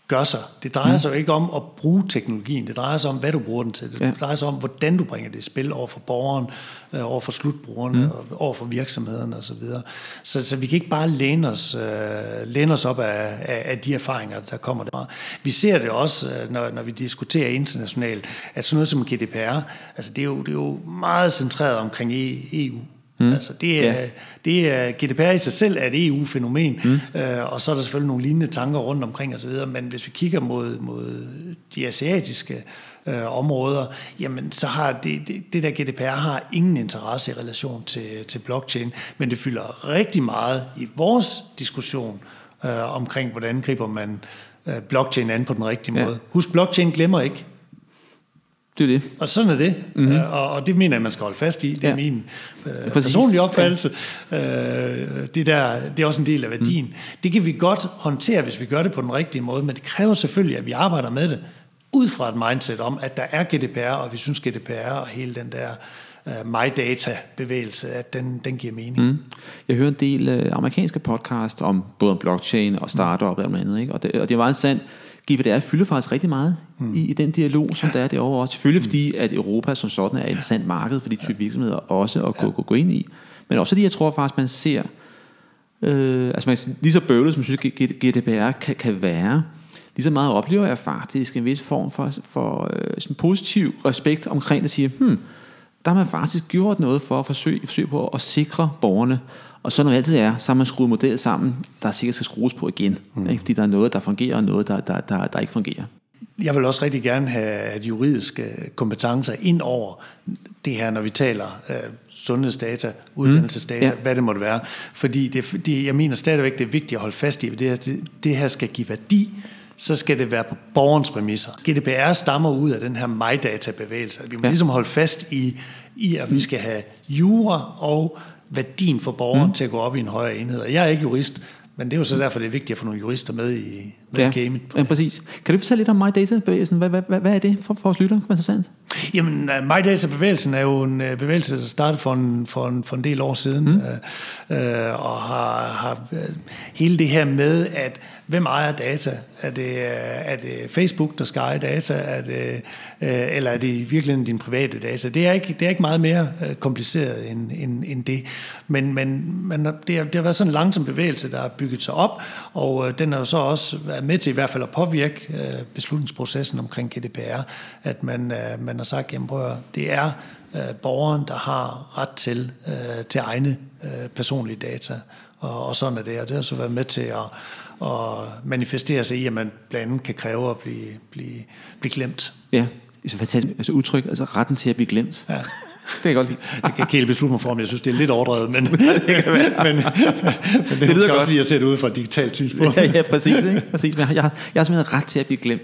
Speaker 2: gør sig. Det drejer mm. sig jo ikke om at bruge teknologien, det drejer sig om, hvad du bruger den til. Det ja. drejer sig om, hvordan du bringer det i spil over for borgeren, øh, over for slutbrugerne, mm. og over for virksomhederne osv. Så, så, så vi kan ikke bare læne os, øh, læne os op af, af, af de erfaringer, der kommer derfra. Vi ser det også, når, når vi diskuterer internationalt, at sådan noget som G D P R, altså det er jo, det er jo meget centreret omkring E U. Mm. Altså det er, ja. det er, G D P R i sig selv er et E U-fænomen, mm. øh, og så er der selvfølgelig nogle lignende tanker rundt omkring osv., men hvis vi kigger mod, mod de asiatiske øh, områder, jamen så har det, det, det der G D P R har ingen interesse i relation til, til blockchain, men det fylder rigtig meget i vores diskussion øh, omkring, hvordan griber man øh, blockchain an på den rigtige ja. måde. Husk, blockchain glemmer ikke.
Speaker 1: Det er det. Og
Speaker 2: sådan er det, mm-hmm. og, og det mener jeg, man skal holde fast i. Det er ja. min øh, personlige opfattelse. Ja. Øh, det, der, det er også en del af værdien. Mm. Det kan vi godt håndtere, hvis vi gør det på den rigtige måde, men det kræver selvfølgelig, at vi arbejder med det ud fra et mindset om, at der er G D P R, og vi synes G D P R og hele den der uh, MyData-bevægelse, at den, den giver mening. Mm.
Speaker 1: Jeg hører en del uh, amerikanske podcast om både om blockchain og startup og andet, ikke? Og det, og det var en sand. G D P R fylder faktisk rigtig meget mm. i, i den dialog, som der er derovre også. Selvfølgelig mm. fordi, at Europa som sådan er et interessant marked for de type virksomheder også at gå, ja. gå, gå ind i. Men også fordi, jeg tror faktisk, man ser, øh, altså man, lige så bøvlet, som jeg synes, G D P R kan, kan være, lige så meget oplever jeg faktisk en vis form for, for øh, sådan positiv respekt omkring at sige, hmm, der har man faktisk gjort noget for at forsøge, forsøge på at sikre borgerne. Og så når det altid er, så har man skruet modellet sammen, der sikkert skal skrues på igen. Mm. Ikke? Fordi der er noget, der fungerer, og noget, der, der, der, der ikke fungerer.
Speaker 2: Jeg vil også rigtig gerne have de juridiske kompetencer ind over det her, når vi taler øh, sundhedsdata, uddannelsesdata, mm. ja. hvad det måtte være. Fordi det, det, jeg mener stadigvæk, det er vigtigt at holde fast i, at det her, det, det her skal give værdi, så skal det være på borgerens præmisser. G D P R stammer ud af den her MyData-bevægelse. Vi må ja. ligesom holde fast i, i, at vi skal have jura og værdien for borgeren mm. til at gå op i en højere enhed. Jeg er ikke jurist, men det er jo så derfor, det er vigtigt at få nogle jurister med i med
Speaker 1: ja.
Speaker 2: gamet.
Speaker 1: Ja, præcis. Kan du fortælle lidt om MyData-bevægelsen? Hvad, hvad, hvad er det for, for os lytter? Hvad er det sandt?
Speaker 2: Jamen, MyData-bevægelsen er jo en bevægelse, der startede for en, for en, for en del år siden, mm. øh, og har, har hele det her med, at hvem ejer data? Er det, er det Facebook, der skal eje data? Er det, eller er det i virkeligheden din private data? Det er ikke, det er ikke meget mere kompliceret end, end, end det. Men, men, men det, har, det har været sådan en langsom bevægelse, der har bygget sig op, og den har jo så også været med til i hvert fald at påvirke beslutningsprocessen omkring G D P R, at man, man har sagt, jamen prøv at, det er borgeren, der har ret til, til egne personlige data, og, og sådan er det, og det har så været med til at og manifestere sig i, at man blandt andet kan kræve at blive, blive, blive glemt.
Speaker 1: Ja, så fantastisk altså udtryk, altså retten til at blive glemt. Ja. Det kan jeg godt lide.
Speaker 2: Jeg kan ikke helt beslutte mig for, om jeg synes, det er lidt overdrevet, men, men, men, men det, det lyder godt, fordi jeg ser det ud fra et digitalt synspunkt.
Speaker 1: Ja, ja, præcis. Ikke? præcis. Men jeg, jeg, jeg har simpelthen ret til at blive glemt.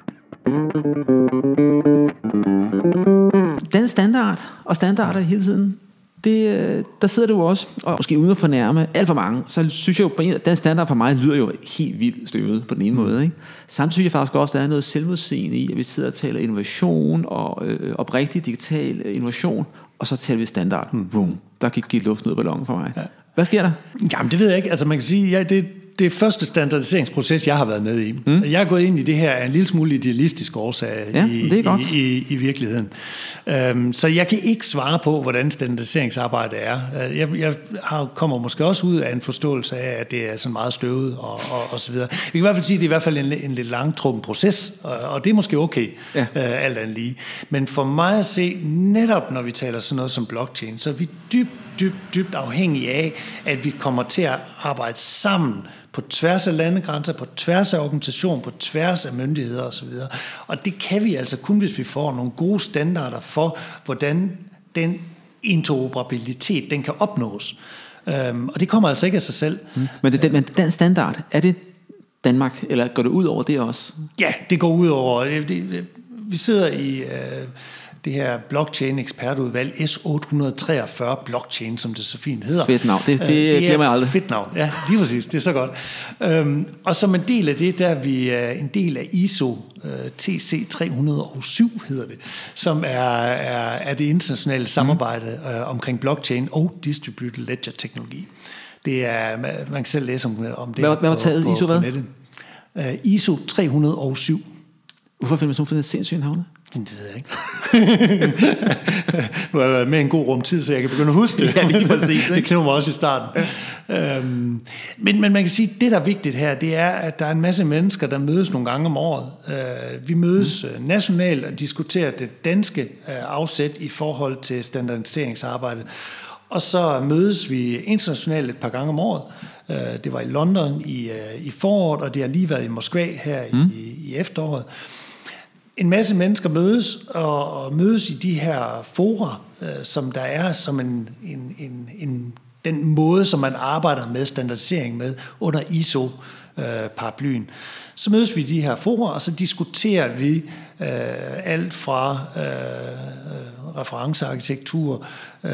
Speaker 1: Den standard, og standarder hele tiden, det, der sidder du også, og måske uden at fornærme alt for mange, så synes jeg jo, at den standard for mig lyder jo helt vildt støvet på den ene måde. Ikke? Samtidig synes jeg faktisk også, at der er noget selvmodsigende i, at vi sidder og taler innovation og øh, oprigtig digital innovation, og så taler vi standard. Hmm. Boom. Der gik, gik luften ud af ballonen for mig. Ja. Hvad sker der?
Speaker 2: Jamen det ved jeg ikke. Altså man kan sige, ja, det det er første standardiseringsproces, jeg har været med i. Mm. Jeg er gået ind i det her af en lille smule idealistisk årsag ja, i, i, i, i virkeligheden. Um, så jeg kan ikke svare på, hvordan standardiseringsarbejdet er. Jeg, jeg har, kommer måske også ud af en forståelse af, at det er sådan meget støvet og, og, og så videre. Vi kan i hvert fald sige, at det er i hvert fald en, en lidt langtrukken proces, og, og det er måske okay, ja. uh, alt andet lige. Men for mig at se, netop når vi taler sådan noget som blockchain, så er vi dybt, dybt, dybt afhængige af, at vi kommer til at arbejde sammen på tværs af landegrænser, på tværs af organisation, på tværs af myndigheder osv. Og det kan vi altså kun, hvis vi får nogle gode standarder for, hvordan den interoperabilitet, den kan opnås. Øhm, og det kommer altså ikke af sig selv. Mm.
Speaker 1: Men, det, men den standard, er det Danmark, eller går det ud over det også?
Speaker 2: Ja, det går ud over. Det, det, vi sidder i øh, det her blockchain-ekspertudvalg, S otte hundrede treogfyrre Blockchain, som det så fint hedder.
Speaker 1: Fedt navn, det, det, det glemmer jeg aldrig.
Speaker 2: Fedt navn, ja, lige præcis, det er så godt. Øhm, og som en del af det, der er vi en del af I S O øh, T C tre hundrede og syv, hedder det, som er, er, er det internationale samarbejde øh, omkring blockchain og distributed ledger-teknologi. Det er, man kan selv læse om, om det.
Speaker 1: Hvad, hvad var taget I S O hvad?
Speaker 2: I S O tre hundrede og syv.
Speaker 1: Hvorfor finder man sådan nogle sindssyge navne?
Speaker 2: Det ved jeg ikke. Nu har jeg været med en god rum tid, så jeg kan begynde at huske det.
Speaker 1: Ja, lige præcis.
Speaker 2: Det knæver mig også i starten. Ja. Øhm, men, men man kan sige, at det, der er vigtigt her, det er, at der er en masse mennesker, der mødes nogle gange om året. Øh, vi mødes mm. nationalt og diskuterer det danske øh, afsæt i forhold til standardiseringsarbejdet. Og så mødes vi internationalt et par gange om året. Øh, det var i London i, øh, i foråret, og det har lige været i Moskva her mm. i, i efteråret. En masse mennesker mødes og, og mødes i de her fora, øh, som der er som en, en, en, en, den måde, som man arbejder med standardisering med under I S O-paraplyen. Øh, så mødes vi i de her fora, og så diskuterer vi øh, alt fra øh, referencearkitektur, øh,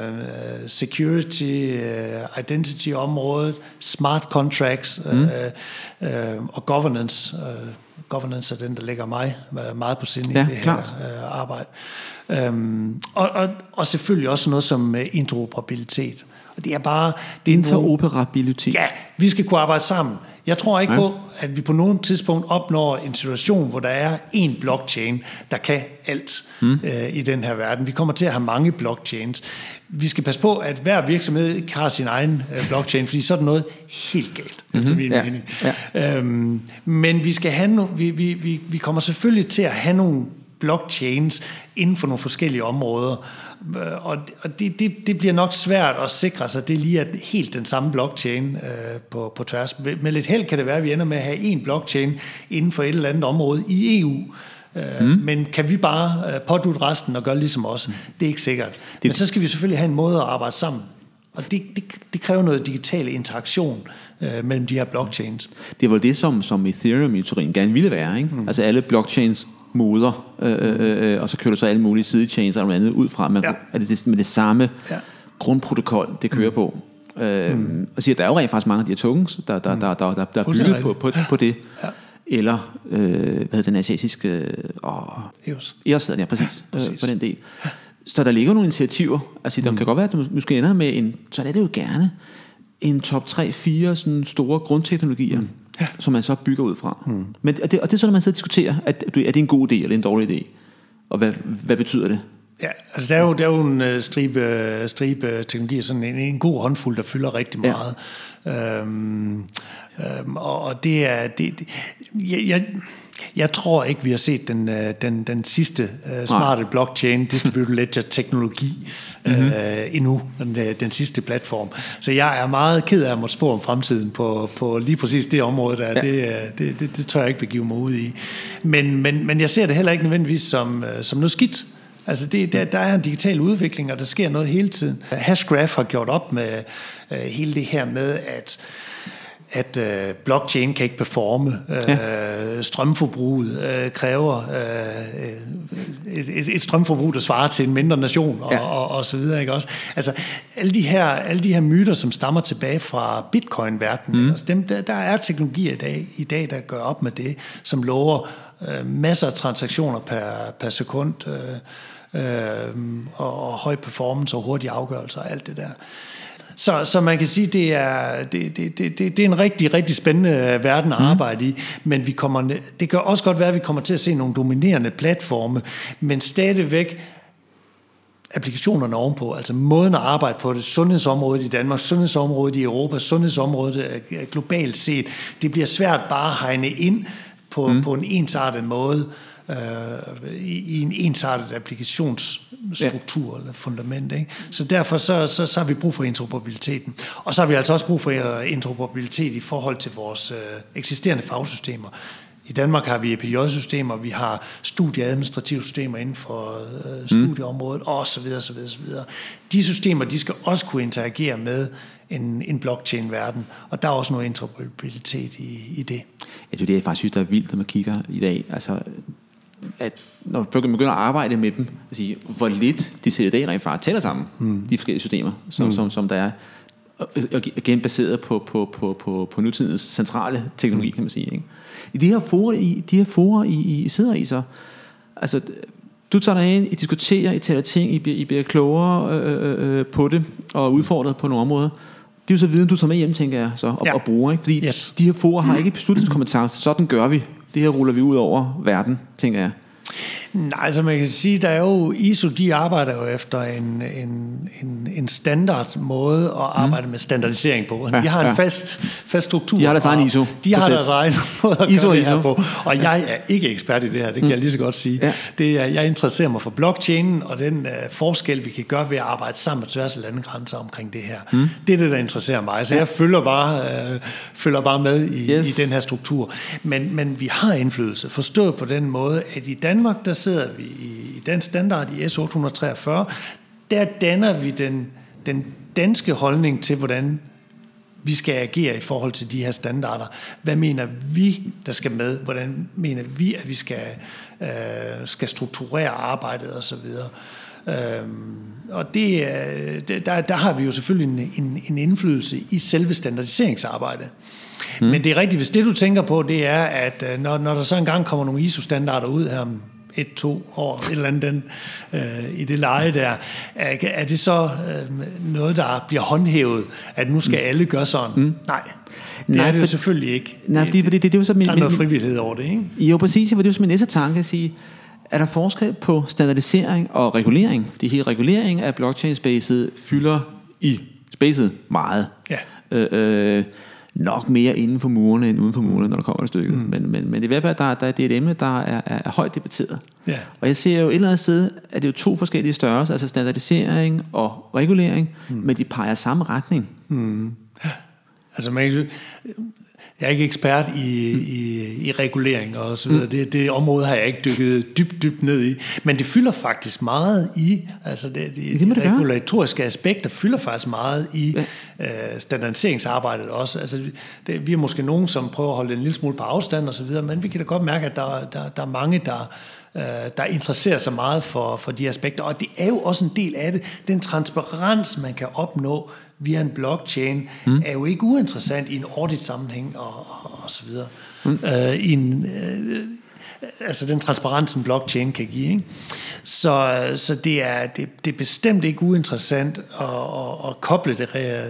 Speaker 2: security, øh, identity-området, smart contracts mm. øh, øh, og governance. Øh, Governance er den, der lægger mig meget på sinde ja, i det klart. her øh, arbejde. Øhm, og, og, og selvfølgelig også noget som øh, interoperabilitet. Og det er bare... Det er
Speaker 1: interoperabilitet?
Speaker 2: Ja, vi skal kunne arbejde sammen. Jeg tror ikke ja. på, at vi på nogen tidspunkt opnår en situation, hvor der er én blockchain, der kan alt mm. øh, i den her verden. Vi kommer til at have mange blockchains. Vi skal passe på, at hver virksomhed ikke har sin egen øh, blockchain, fordi så er det noget helt galt, mm-hmm. efter min ja. mening. Ja. Øhm, men vi, skal have no- vi, vi, vi, vi kommer selvfølgelig til at have nogle blockchains inden for nogle forskellige områder, og det, det, det bliver nok svært at sikre sig, at det lige er helt den samme blockchain øh, på, på tværs. Med lidt held kan det være, at vi ender med at have en blockchain inden for et eller andet område i E U. Mm. Men kan vi bare pådutte resten og gøre ligesom os? Det er ikke sikkert. Det, Men så skal vi selvfølgelig have en måde at arbejde sammen. Og det, det, det kræver noget digital interaktion øh, mellem de her blockchains.
Speaker 1: Det var det, som, som Ethereum i teorien gerne ville være. Ikke? Mm. Altså alle blockchains moder, øh, øh, og så kører du så alle mulige sidechains og noget andet ud fra. Men ja. er det, det med det samme ja. grundprotokol, det kører mm. på. Øh, mm. Og siger, der er jo rent faktisk mange af de her tokens, der, der, der, der, der, der er bygget på, på, på det. Ja. Eller, øh, hvad hedder den asiatiske... Øh, E O S. E O S hedder den, ja, præcis, præcis. Øh, på den del. Ja. Så der ligger nogle initiativer. Altså, der mm. kan godt være, at du måske ender med en... Så er det jo gerne en top tre fire sådan store grundteknologier, mm. ja. som man så bygger ud fra. Mm. Men, og, det, og det er sådan, at man så diskuterer, at er det en god idé eller en dårlig idé? Og hvad, hvad betyder det?
Speaker 2: Ja, altså der er jo, der er jo en stribe, stribe teknologier, sådan en, en god håndfuld, der fylder rigtig meget. Ja. Øhm, øhm, og det er... Det, det, jeg, jeg, jeg tror ikke, vi har set den, den, den sidste uh, smarte Nej. blockchain, distributed ledger-teknologi mm-hmm. uh, endnu, den, den sidste platform. Så jeg er meget ked af at måtte spå om fremtiden på, på lige præcis det område, der. Ja. Det, det, det, det tør jeg ikke begive mig ud i. Men, men, men jeg ser det heller ikke nødvendigvis som, som noget skidt. Altså det, der, der er en digital udvikling, og der sker noget hele tiden. Hashgraph har gjort op med uh, hele det her med, at at øh, blockchain kan ikke performe. Ja. Øh, strømforbruget øh, kræver øh, et, et, et strømforbrug, der svarer til en mindre nation, og, ja. og, og så videre. Ikke også? Altså, alle de her, alle de her myter, som stammer tilbage fra bitcoin-verdenen, mm. altså, dem, der, der er teknologier i dag, i dag, der gør op med det, som lover øh, masser af transaktioner per, per sekund, øh, øh, og, og høj performance og hurtige afgørelser og alt det der. Så, så man kan sige, det er det, det, det, det er en rigtig, rigtig spændende verden at arbejde mm. i, men vi kommer, det kan også godt være, at vi kommer til at se nogle dominerende platforme, men stadigvæk applikationerne ovenpå, altså måden at arbejde på det, sundhedsområdet i Danmark, sundhedsområdet i Europa, sundhedsområdet globalt set, det bliver svært bare at hegne ind på, mm. på en ensartet måde, i en ensartet applikationsstruktur ja. eller fundament. Ikke? Så derfor så, så, så har vi brug for interoperabiliteten. Og så har vi altså også brug for interoperabilitet i forhold til vores øh, eksisterende fagsystemer. I Danmark har vi E P J-systemer, vi har studieadministrative systemer inden for øh, studieområdet, mm. og så videre, så videre, så videre. De systemer, de skal også kunne interagere med en, en blockchain-verden, og der er også noget interoperabilitet i, i det.
Speaker 1: Ja, det er det, jeg faktisk synes, der er vildt, når man kigger i dag. Altså, at når man begynder at arbejde med dem, at sige, hvor lidt de selv i dag rent faktisk tæller sammen, mm. de forskellige systemer, som, mm. som, som der er, og igen baseret på, på, på, på, på nutidens centrale teknologi, kan man sige. Ikke? I de her forer, i, de her forer I, I sidder i så, altså, du tager dig ind, I diskuterer, I taler ting, I bliver, I bliver klogere øh, øh, på det, og udfordret på nogle områder. Det er jo så viden, du tager med hjem, tænker jeg, så, og, ja. og bruger, ikke? Fordi yes. de her fora har ikke beslutningskompetence. Sådan gør vi. Det her ruller vi ud over verden, tænker jeg.
Speaker 2: Nej, altså man kan sige, der er jo I S O, de arbejder jo efter en, en, en, en standard måde at arbejde mm. med standardisering på. De ja, har en ja. fast, fast struktur.
Speaker 1: De har deres egen I S O.
Speaker 2: De har deres egen måde at
Speaker 1: I S O,
Speaker 2: gøre
Speaker 1: det her
Speaker 2: på. Og jeg er ikke ekspert i det her, det kan mm. jeg lige så godt sige. Ja. Det er, jeg interesserer mig for blockchainen og den uh, forskel, vi kan gøre ved at arbejde sammen på tværs af landegrænser omkring det her. Mm. Det er det, der interesserer mig. Så ja. jeg følger bare, uh, følger bare med i, yes. i den her struktur. Men, men vi har indflydelse, forstået på den måde, at i Danmark, der sidder vi i den standard i S otte hundrede treogfyrre, der danner vi den, den danske holdning til, hvordan vi skal agere i forhold til de her standarder. Hvad mener vi, der skal med? Hvordan mener vi, at vi skal, øh, skal strukturere arbejdet og så videre? Øhm, og det, der, der har vi jo selvfølgelig en, en, en indflydelse i selve standardiseringsarbejdet. Mm. Men det er rigtigt, hvis det du tænker på, det er, at når, når der så engang kommer nogle I S O-standarder ud her om et, to år, et eller andet den, øh, i det leje der, er, er det så øh, noget, der bliver håndhævet, at nu skal alle gøre sådan? Mm. Nej, det nej, er det jo selvfølgelig ikke.
Speaker 1: Nej, fordi, fordi det, det er jo så min,
Speaker 2: der er noget frivillighed over det, ikke?
Speaker 1: Jo, præcis, for det er jo så min næste tanke at sige, er der forskel på standardisering og regulering? Fordi hele regulering af blockchain-spacet fylder i spacet meget. Ja. Øh, øh, nok mere inden for murene end uden for murene, når der kommer et stykke. Mm. Men, men, men i hvert fald, der, der, det er et emne, der er, er, er højt debatteret. Yeah. Og jeg ser jo et eller andet sted, at det er jo to forskellige størrelser, altså standardisering og regulering, mm. men de peger samme retning. Mm.
Speaker 2: Altså man kan, jeg er ikke ekspert i, mm. i, i regulering og så videre. Mm. Det, det område har jeg ikke dykket dybt, dybt ned i. Men det fylder faktisk meget i, altså det, det, det, de regulatoriske aspekter fylder faktisk meget i ja. øh, standardiseringsarbejdet også. Altså det, vi er måske nogen, som prøver at holde en lille smule på afstand og så videre, men vi kan da godt mærke, at der, der, der er mange, der der interesserer sig meget for, for de aspekter. Og det er jo også en del af det. Den transparens, man kan opnå via en blockchain, mm. er jo ikke uinteressant i en audit-sammenhæng og, og, og så videre. Mm. Uh, i en, uh, altså den transparens, en blockchain kan give. Ikke? Så, så det, er, det, det er bestemt ikke uinteressant at, at, at koble det,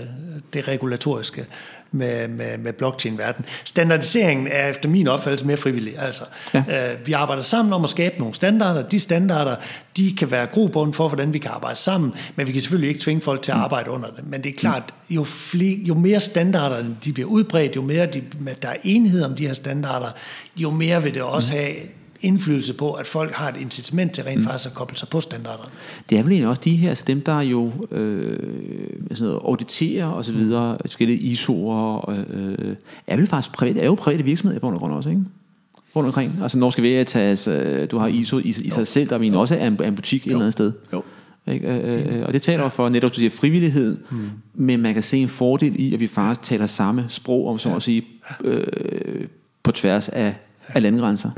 Speaker 2: det regulatoriske med, med, med blockchain-verden. Standardiseringen er efter min opfattelse mere frivillig. Altså, ja. øh, vi arbejder sammen om at skabe nogle standarder. De standarder, de kan være grobund for, hvordan vi kan arbejde sammen, men vi kan selvfølgelig ikke tvinge folk til at arbejde under det. Men det er klart, jo, flere, jo mere standarder de bliver udbredt, jo mere de, der er enighed om de her standarder, jo mere vil det også have indflydelse på, at folk har et incitament til rent faktisk at koble sig på standarderne.
Speaker 1: Det er vel egentlig også de her, altså dem, der jo øh, sådan noget, auditerer og så videre, forskellige I S O'er, øh, er vel faktisk private, er jo private virksomheder på grund også, ikke? Rundt omkring. Altså Norske Veritas, øh, du har I S O i, i sig selv, der er også er en, en butik et eller andet sted. Jo. Ikke? Øh, og det taler jo for netop, du siger, frivillighed, mm. men man kan se en fordel i, at vi faktisk taler samme sprog, om så at sige, øh, på tværs af, af landegrænser.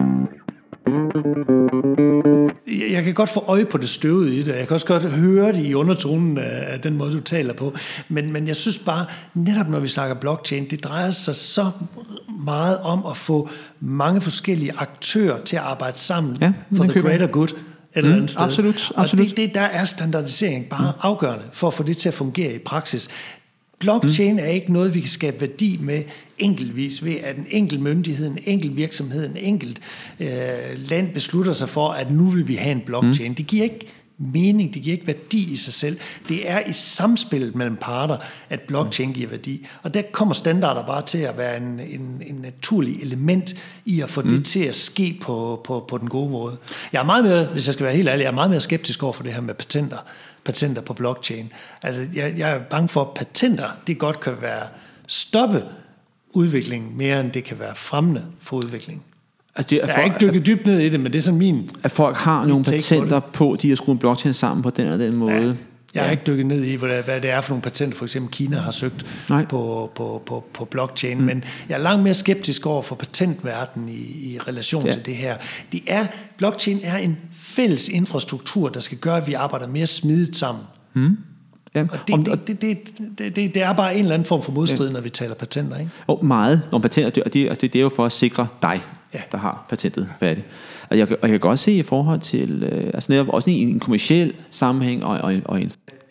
Speaker 2: Jeg kan godt få øje på det støvede i det. Jeg kan også godt høre det i undertonen af den måde, du taler på. Men, men jeg synes bare, netop når vi snakker blockchain, det drejer sig så meget om at få mange forskellige aktører til at arbejde sammen ja, for the greater good et eller andet mm, sted.
Speaker 1: Absolut, absolut.
Speaker 2: Og det, det, der er standardisering bare mm. afgørende for at få det til at fungere i praksis. Blockchain mm. er ikke noget, vi kan skabe værdi med enkeltvis ved, at en enkelt myndighed, en enkelt virksomhed, en enkelt øh, land beslutter sig for, at nu vil vi have en blockchain. Mm. Det giver ikke mening, det giver ikke værdi i sig selv. Det er i samspillet mellem parter, at blockchain giver værdi. Og der kommer standarder bare til at være en, en, en naturlig element i at få mm. det til at ske på, på, på den gode måde. Jeg er meget mere, hvis jeg skal være helt ærlig, jeg er meget mere skeptisk over for det her med patenter. patenter på blockchain. Altså, jeg, jeg er bange for, at patenter, det godt kan være stoppe udviklingen mere, end det kan være fremmende for udviklingen. Altså, det er jeg har ikke dykket dybt ned i det, men det er sådan min...
Speaker 1: At folk har nogle patenter på, på, de har skruet en blockchain sammen på den eller den måde. Ja.
Speaker 2: Jeg har ja. ikke dykket ned i, hvad det er for nogle patenter, for eksempel Kina har søgt på, på, på, på blockchain, mm. men jeg er langt mere skeptisk over for patentverdenen i, i relation ja. til det her. Det er, blockchain er en fælles infrastruktur, der skal gøre, at vi arbejder mere smidigt sammen. Mm. Ja. Og det, det, det, det, det, det, det er bare en eller anden form for modstrid, ja. når vi taler patenter, ikke?
Speaker 1: Og meget om patenter, og det, det, det er jo for at sikre dig, ja. der har patentet færdigt. Og jeg, og jeg kan godt se i forhold til, øh, altså netop også i en kommerciel sammenhæng, og, og, og en,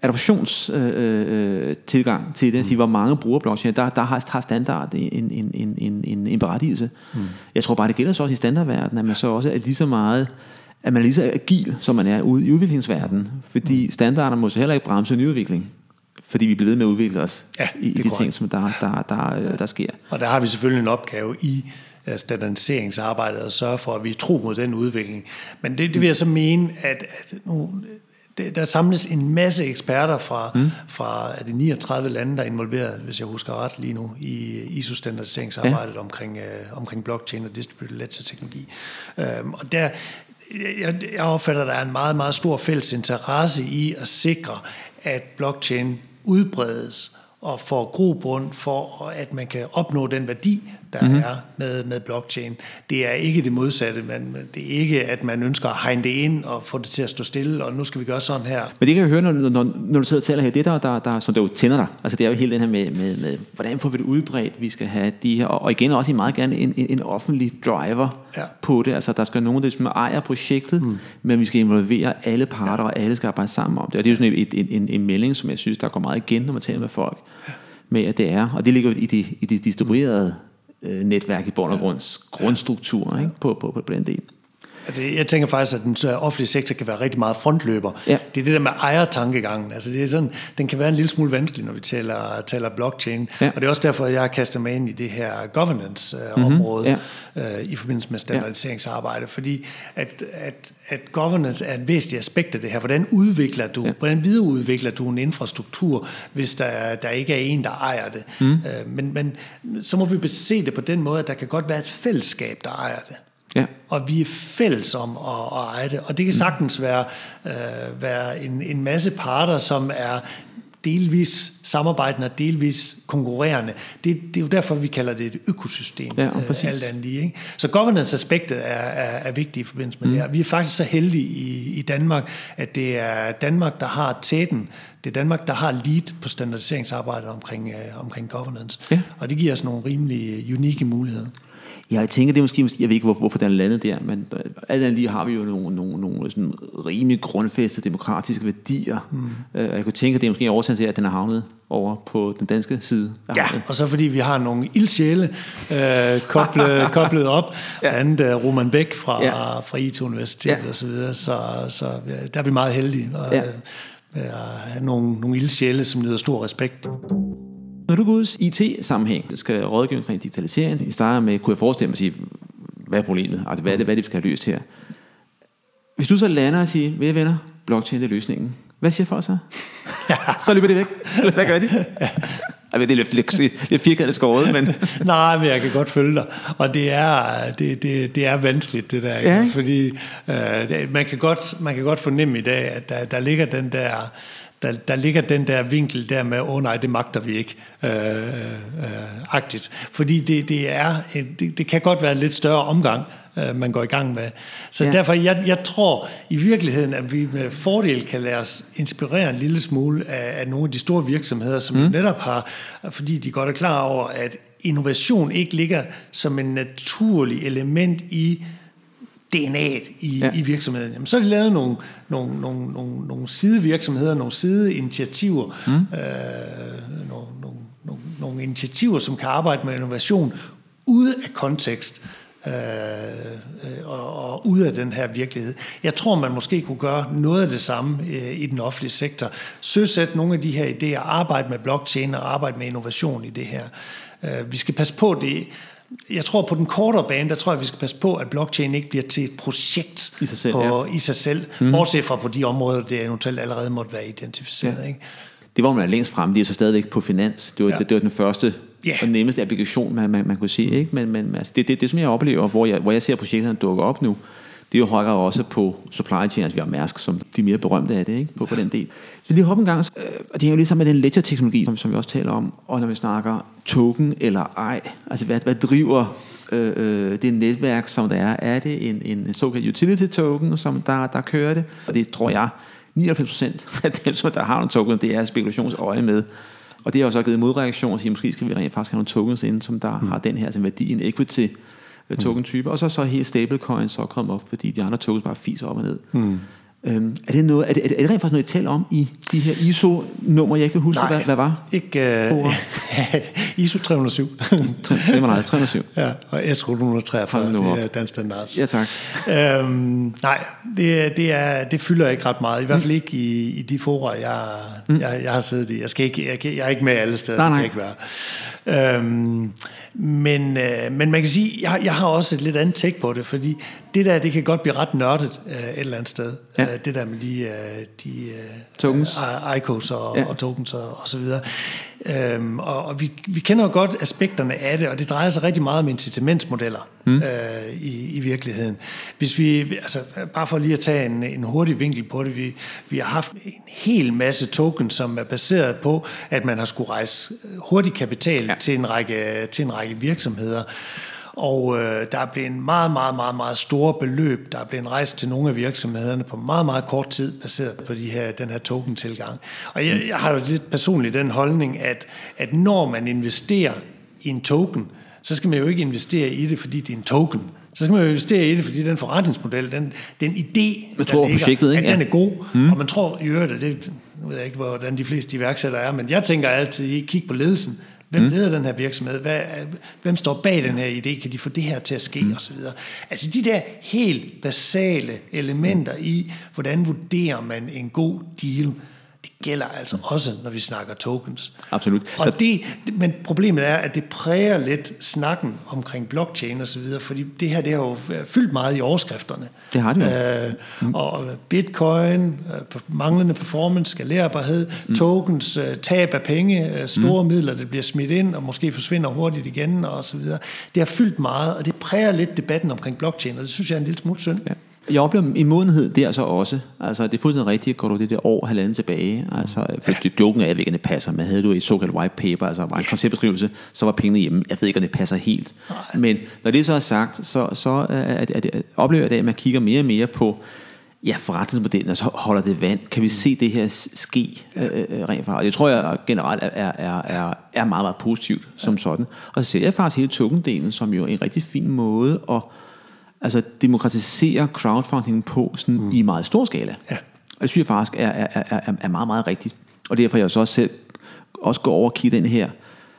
Speaker 1: adoptionstilgang øh, tilgang til det, at sige, hvor mange bruger blockchain, der, der har, har standard en, en, en, en, en berettigelse. Mm. Jeg tror bare, det gælder så også i standardverdenen, at man så også er lige så meget, at man er lige så agil, som man er ude i udviklingsverdenen, fordi mm. standarder må så heller ikke bremse nyudvikling, fordi vi bliver ved med at udvikle os
Speaker 2: ja,
Speaker 1: i, i de ting, som der, der, der, der, der sker.
Speaker 2: Og der har vi selvfølgelig en opgave i standardiseringsarbejdet at sørge for, at vi er tro mod den udvikling. Men det, det vil jeg så mene, at, at nu, det, der samles en masse eksperter fra, mm. fra de niogtredive lande, der er involveret, hvis jeg husker ret lige nu, i I S O-standardiseringsarbejdet ja. omkring, øh, omkring blockchain og distributed ledger-teknologi. Øhm, og der, jeg, jeg opfatter, at der er en meget, meget stor fælles interesse i at sikre, at blockchain udbredes og får grobund for, at man kan opnå den værdi, der mm-hmm. er med, med blockchain. Det er ikke det modsatte, men det er ikke, at man ønsker at hegne det ind og få det til at stå stille, og nu skal vi gøre sådan her.
Speaker 1: Men det kan jeg høre, når, når, når du sidder og taler her, det der, der, der som der jo tænder dig, altså det er jo helt den her med, med, med hvordan får vi det udbredt, vi skal have de her, og igen også meget gerne en, en, en offentlig driver ja. på det, altså der skal nogen, der som ejer projektet, mm. men vi skal involvere alle parter, ja. og alle skal arbejde sammen om det, og det er jo sådan et, en, en, en melding, som jeg synes, der går meget igen, når man taler med folk, ja. med at det er, og det ligger i det, i det distribuerede netværk i bund og grunds grundstruktur ikke? På, på, på, på den del.
Speaker 2: Altså, jeg tænker faktisk, at den offentlige sektor kan være rigtig meget frontløber. Ja. Det er det der med ejertankegangen. Altså, det er sådan, den kan være en lille smule vanskelig, når vi taler, taler blockchain. Ja. Og det er også derfor, jeg har kastet mig ind i det her governance-område mm-hmm. ja. øh, i forbindelse med standardiseringsarbejde. Fordi at, at, at governance er et væsentligt aspekt af det her. Hvordan udvikler du, ja. hvordan videreudvikler du en infrastruktur, hvis der, der ikke er en, der ejer det? Mm. Øh, men, men så må vi se det på den måde, at der kan godt være et fællesskab, der ejer det. Ja. Og vi er fælles om at, at eje det. Og det kan sagtens være, øh, være en, en masse parter, som er delvis samarbejdende og delvis konkurrerende. Det, det er jo derfor, vi kalder det et økosystem. Ja, øh, alt andet lige, ikke? Så governance-aspektet er, er, er vigtigt i forbindelse med mm. det her. Vi er faktisk så heldige i, i Danmark, at det er Danmark, der har tæten. Det er Danmark, der har lead på standardiseringsarbejdet omkring, øh, omkring governance. Ja. Og det giver os nogle rimelig unikke muligheder.
Speaker 1: Ja, jeg tænker, det er måske, jeg ved ikke, hvorfor, hvorfor den er landet der, men alt andet lige har vi jo nogle, nogle, nogle sådan rimelig grundfæstede demokratiske værdier. Mm. Jeg kunne tænke, at det er måske årsagen til, at den er havnet over på den danske side.
Speaker 2: Ja, og så fordi vi har nogle ildsjæle øh, koblet, koblet op, ja. Blandt andet uh, Roman Bæk fra, ja. fra I T Universitetet ja. og så videre, så, så der er vi meget heldige at ja. uh, have nogle, nogle ildsjæle, som nyder stor respekt.
Speaker 1: Når du går ud i I T-sammenhæng, skal rådgive omkring digitalisering, I starter med, kunne jeg forestille mig at sige, hvad er problemet? Altså, hvad er det, hvad er det, vi skal have løst her? Hvis du så lander og siger, ved venner, blockchain det er løsningen. Hvad siger folk så? Ja. Så løber det væk. Hvad gør de? Ja. Jeg ved, det er lidt, lidt firkantet skåret, men...
Speaker 2: Nej, men jeg kan godt følge dig. Og det er, det, det, det er vanskeligt, det der. Ja. Fordi øh, det, man, kan godt, man kan godt fornemme i dag, at der, der ligger den der... Der, der ligger den der vinkel der med, åh oh, nej, det magter vi ikke, øh, øh, agtigt. Fordi det, det, er, det, det kan godt være en lidt større omgang, øh, man går i gang med. Så ja. derfor, jeg, jeg tror i virkeligheden, at vi med fordel kan lade os inspirere en lille smule af, af nogle af de store virksomheder, som mm. netop har, fordi de godt er klar over, at innovation ikke ligger som en naturlig element i D N A'et i, ja. i virksomheden. Jamen, så har de lavet nogle, nogle, nogle, nogle, nogle sidevirksomheder, nogle sideinitiativer, mm. øh, nogle, nogle, nogle, nogle initiativer, som kan arbejde med innovation ude af kontekst øh, og, og ude af den her virkelighed. Jeg tror, man måske kunne gøre noget af det samme øh, i den offentlige sektor. Søsætte nogle af de her idéer, arbejde med blockchain og arbejde med innovation i det her. Øh, vi skal passe på det. Jeg tror på den kortere bane, der tror jeg, vi skal passe på, at blockchain ikke bliver til et projekt
Speaker 1: i sig selv,
Speaker 2: på,
Speaker 1: ja.
Speaker 2: i sig selv mm. bortset fra på de områder, det eventuelt allerede måtte være identificeret. Ja. Ikke?
Speaker 1: Det var man længst frem, det er så stadigvæk på finans. Det var, ja. det, det var den første yeah. og nemmeste applikation, man, man, man kunne sige. Ikke? Men, men altså, det er det, det, som jeg oplever, hvor jeg, hvor jeg ser projekterne dukke op nu. Det er jo højere også på supply chain, altså vi har Mærsk, som de mere berømte af det, ikke? På, på den del. Så lige hoppe en gang, øh, og det er jo ligesom med den ledger-teknologi, som, som vi også taler om, og når vi snakker token eller ej, altså hvad, hvad driver øh, øh, det netværk, som der er? Er det en, en såkaldt utility token, som der, der kører det? Og det tror jeg, nioghalvfems procent af dem, som der har en token, det er spekulationsøje med. Og det har også givet modreaktion og sige, måske skal vi rent faktisk have nogle tokens ind, som der mm. har den her altså værdi, en equity token-type, og så så helt stablecoins så kommet op, fordi de andre tokens bare fiser op og ned. Mm. Øhm, er, det noget, er, det, er det rent faktisk noget, I taler om i de her I S O-nummer, jeg kan huske,
Speaker 2: Nej,
Speaker 1: hvad, hvad var?
Speaker 2: ikke uh, I S O tre hundrede og syv.
Speaker 1: Det var nej, tre hundrede og syv.
Speaker 2: Ja, og S et hundrede og treogfyrre, det er dansk standard.
Speaker 1: Ja, tak.
Speaker 2: Øhm, nej, det, det, er, det fylder ikke ret meget, i hvert fald ikke i, i de fora, jeg, mm. jeg, jeg har siddet i. Jeg, skal ikke, jeg, jeg er ikke med alle steder,
Speaker 1: nej, nej.
Speaker 2: det kan ikke være. Øhm, men, øh, men man kan sige, jeg, jeg har også et lidt andet take på det, fordi det der, det kan godt blive ret nørdet øh, et eller andet sted. Ja. Øh, det der med de, øh, de
Speaker 1: tokens,
Speaker 2: øh, I C Os og, ja. og tokens og, og så videre. Øhm, og og vi, vi kender jo godt aspekterne af det, og det drejer sig rigtig meget om incitamentsmodeller mm. øh, i, i virkeligheden. Hvis vi, altså bare for lige at tage en, en hurtig vinkel på det, vi, vi har haft en hel masse tokens, som er baseret på, at man har skulle rejse hurtig kapital ja. til, en række, til en række virksomheder. Og øh, der er blevet en meget, meget, meget, meget store beløb, der er blevet rejst til nogle af virksomhederne på meget, meget kort tid, baseret på de her, den her token-tilgang. Og jeg, jeg har jo lidt personligt den holdning, at, at når man investerer i en token, så skal man jo ikke investere i det, fordi det er en token. Så skal man jo investere i det, fordi den forretningsmodel, den, den idé,
Speaker 1: man tror,
Speaker 2: der ligger,
Speaker 1: ikke?
Speaker 2: at den er god,
Speaker 1: mm.
Speaker 2: og man tror i øvrigt, det nu ved jeg ikke, hvordan de fleste iværksættere er, men jeg tænker altid i kig på ledelsen. Hvem mm. leder den her virksomhed? Hvad, hvem står bag den her idé? Kan de få det her til at ske? Mm. Og så videre. Altså de der helt basale elementer i, hvordan vurderer man en god deal, det gælder altså også, når vi snakker tokens.
Speaker 1: Absolut.
Speaker 2: Og det, men problemet er, at det præger lidt snakken omkring blockchain og så videre, fordi det her, det har jo fyldt meget i overskrifterne.
Speaker 1: Det har det jo.
Speaker 2: Øh, mm. Og bitcoin, manglende performance, skalerbarhed, mm. tokens, tab af penge, store mm. midler, det bliver smidt ind, og måske forsvinder hurtigt igen og så videre. Det har fyldt meget, og det præger lidt debatten omkring blockchain, og det synes jeg er en lille smule synd. Ja. Jeg
Speaker 1: oplever en modenhed der så også. Altså, det er fuldstændig rigtigt, går du det der år, halvanden tilbage. Altså, for ja. joken er, at det passer. Men havde du et såkaldt white paper, altså var en ja. konceptbeskrivelse, så var pengene hjemme. Jeg ved ikke, om det passer helt. Nej. Men når det så er sagt, så, så er, er, er, er, oplever jeg det, at man kigger mere og mere på ja, forretningsmodellen, altså holder det vand. Kan vi se det her ske ja. øh, rent faktisk? Det tror jeg generelt er, er, er, er meget, meget positivt som ja. sådan. Og så ser jeg faktisk hele token-delen som jo en rigtig fin måde at altså demokratisere crowdfunding på sådan mm. i meget stor skala. Ja. Og det synes jeg faktisk er, er, er, er meget, meget rigtigt. Og derfor er jeg så også selv også går over og kigge den her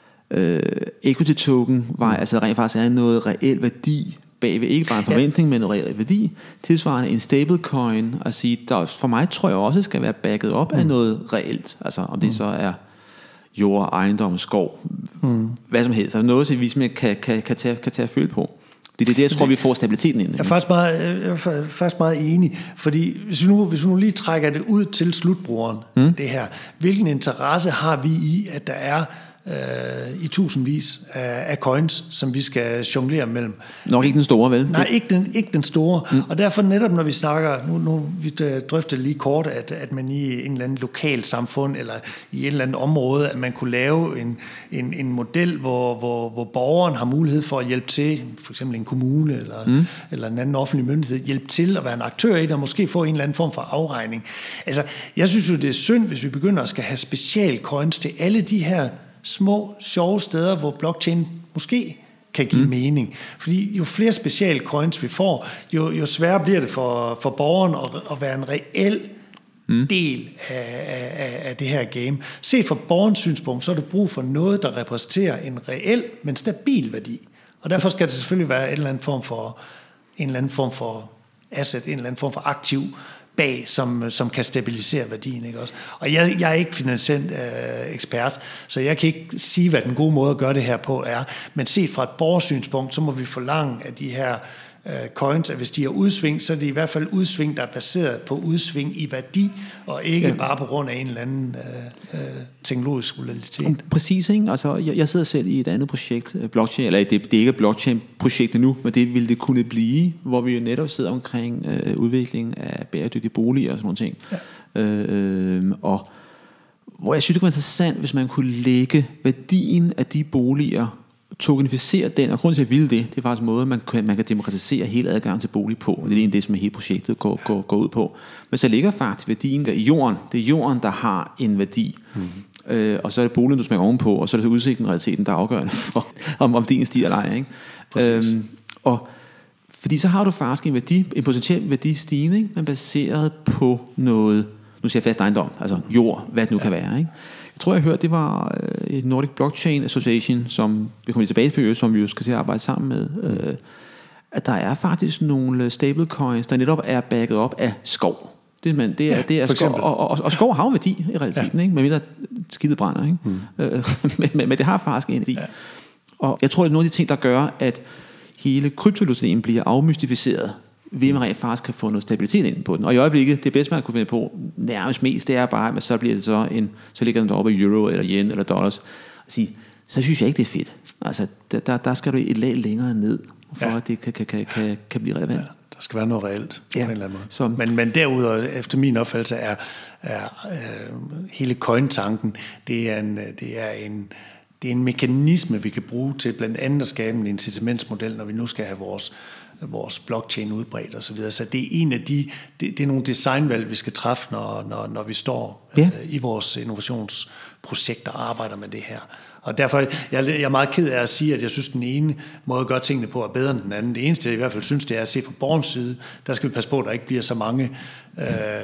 Speaker 1: øh, equity token, hvor mm. altså rent faktisk er noget reel værdi bagved, ikke bare en forventning, ja. men en reel værdi, tilsvarende en stablecoin, at sige, der for mig tror jeg også skal være backet op mm. af noget reelt, altså om det mm. så er jord, ejendom, skov, mm. hvad som helst, altså noget, så vi kan, kan, kan, kan, tage, kan tage at føle på. Det er det, jeg tror, vi får stabiliteten ind.
Speaker 2: Jeg er faktisk meget, jeg er faktisk meget enig, fordi hvis vi, nu, hvis vi nu lige trækker det ud til slutbrugeren, mm. det her, hvilken interesse har vi i, at der er øh, i tusindvis af, af coins, som vi skal jonglere mellem?
Speaker 1: Nok ikke den store, vel?
Speaker 2: Nej, ikke den, ikke den store. Mm. Og derfor netop, når vi snakker, nu, nu vi drøfter lige kort, at, at man i en eller anden lokal samfund, eller i et eller andet område, at man kunne lave en, en, en model, hvor, hvor, hvor borgeren har mulighed for at hjælpe til, for eksempel en kommune, eller, mm. eller en anden offentlig myndighed, hjælpe til at være en aktør i det, og måske få en eller anden form for afregning. Altså, jeg synes jo, det er synd, hvis vi begynder at skal have specialcoins til alle de her små, sjove steder, hvor blockchain måske kan give mm. mening. Fordi jo flere special coins vi får, jo, jo sværere bliver det for, for borgeren at, at være en reel mm. del af, af, af det her game. Set fra borgerens synspunkt, så er der brug for noget, der repræsenterer en reel, men stabil værdi. Og derfor skal det selvfølgelig være en eller anden form for, en eller anden form for asset, en eller anden form for aktiv bag, som, som kan stabilisere værdien. Ikke også? Og jeg, jeg er ikke finansiel øh, ekspert, så jeg kan ikke sige, hvad den gode måde at gøre det her på er. Men set fra et borgersynspunkt, så må vi forlange af de her øh, coins, at hvis de er udsving, så er det i hvert fald udsving, der er baseret på udsving i værdi, og ikke ja. bare på grund af en eller anden øh, øh, teknologisk volatilitet.
Speaker 1: Præcis, ikke? Altså, jeg, jeg sidder selv i et andet projekt, blockchain, eller det, det er ikke et blockchain-projekt endnu, men det ville det kunne blive, hvor vi jo netop sidder omkring øh, udvikling af bæredygtige boliger og sådan nogle ting. Ja. Øh, og hvor jeg synes, det kunne være interessant, hvis man kunne lægge værdien af de boliger, tokenificere den, og grunden til at ville det, det er faktisk en måde, man kan, man kan demokratisere hele adgangen til bolig på. Det er egentlig det, som hele projektet går, går, går ud på. Men så ligger faktisk værdien der i jorden. Det er jorden, der har en værdi. Mm. Øh, og så er det boligen, du smækker ovenpå, og så er det så udsigten, realiteten, der er afgørende for, om, om din stiger eller ej. Ikke? Øhm, og Fordi så har du faktisk en værdi, en potentiel værdistigning, men baseret på noget, nu siger jeg fast ejendom, altså jord, hvad det nu ja. kan være, ikke? Jeg tror, jeg hørte, det var et Nordic Blockchain Association, som vi kommer tilbage til, som vi jo skal til at arbejde sammen med, øh, at der er faktisk nogle stablecoins, der netop er backet op af skov. Det, man, det er, ja, det er skov, og, og, og skov har jo værdi i realiteten, ja. ikke? Med mindre skidtet brænder, ikke? Mm. Øh, men, men, men det har faktisk en værdi. Ja. Og jeg tror, at nogle af de ting, der gør, at hele kryptovalutaen bliver afmystificeret, ved man rent faktisk kan få noget stabilitet ind på den. Og i øjeblikket, det bedste man kunne finde på, nærmest mest, det er bare, at så bliver det så en, så ligger den deroppe i euro, eller yen, eller dollars, og sige, så synes jeg ikke, det er fedt. Altså, der, der skal du et lag længere ned, for ja. at det kan, kan, kan, kan, kan blive relevant. Ja,
Speaker 2: der skal være noget reelt,
Speaker 1: ja.
Speaker 2: på en eller anden måde.
Speaker 1: Så.
Speaker 2: Men, men derudover, efter min opfattelse, er, er øh, hele coin-tanken, det er en, det er en Det er en mekanisme, vi kan bruge til blandt andet at skabe en incitamentsmodel, når vi nu skal have vores, vores blockchain udbredt og så videre. Så det er en af de, det, det er nogle designvalg, vi skal træffe, når, når, når vi står ja. øh, i vores innovationsprojekter og arbejder med det her. Og derfor jeg, jeg er meget ked af at sige, at jeg synes, at den ene måde at gøre tingene på er bedre end den anden. Det eneste, jeg i hvert fald synes, det er at se fra borgerens side, der skal vi passe på, at der ikke bliver så mange øh,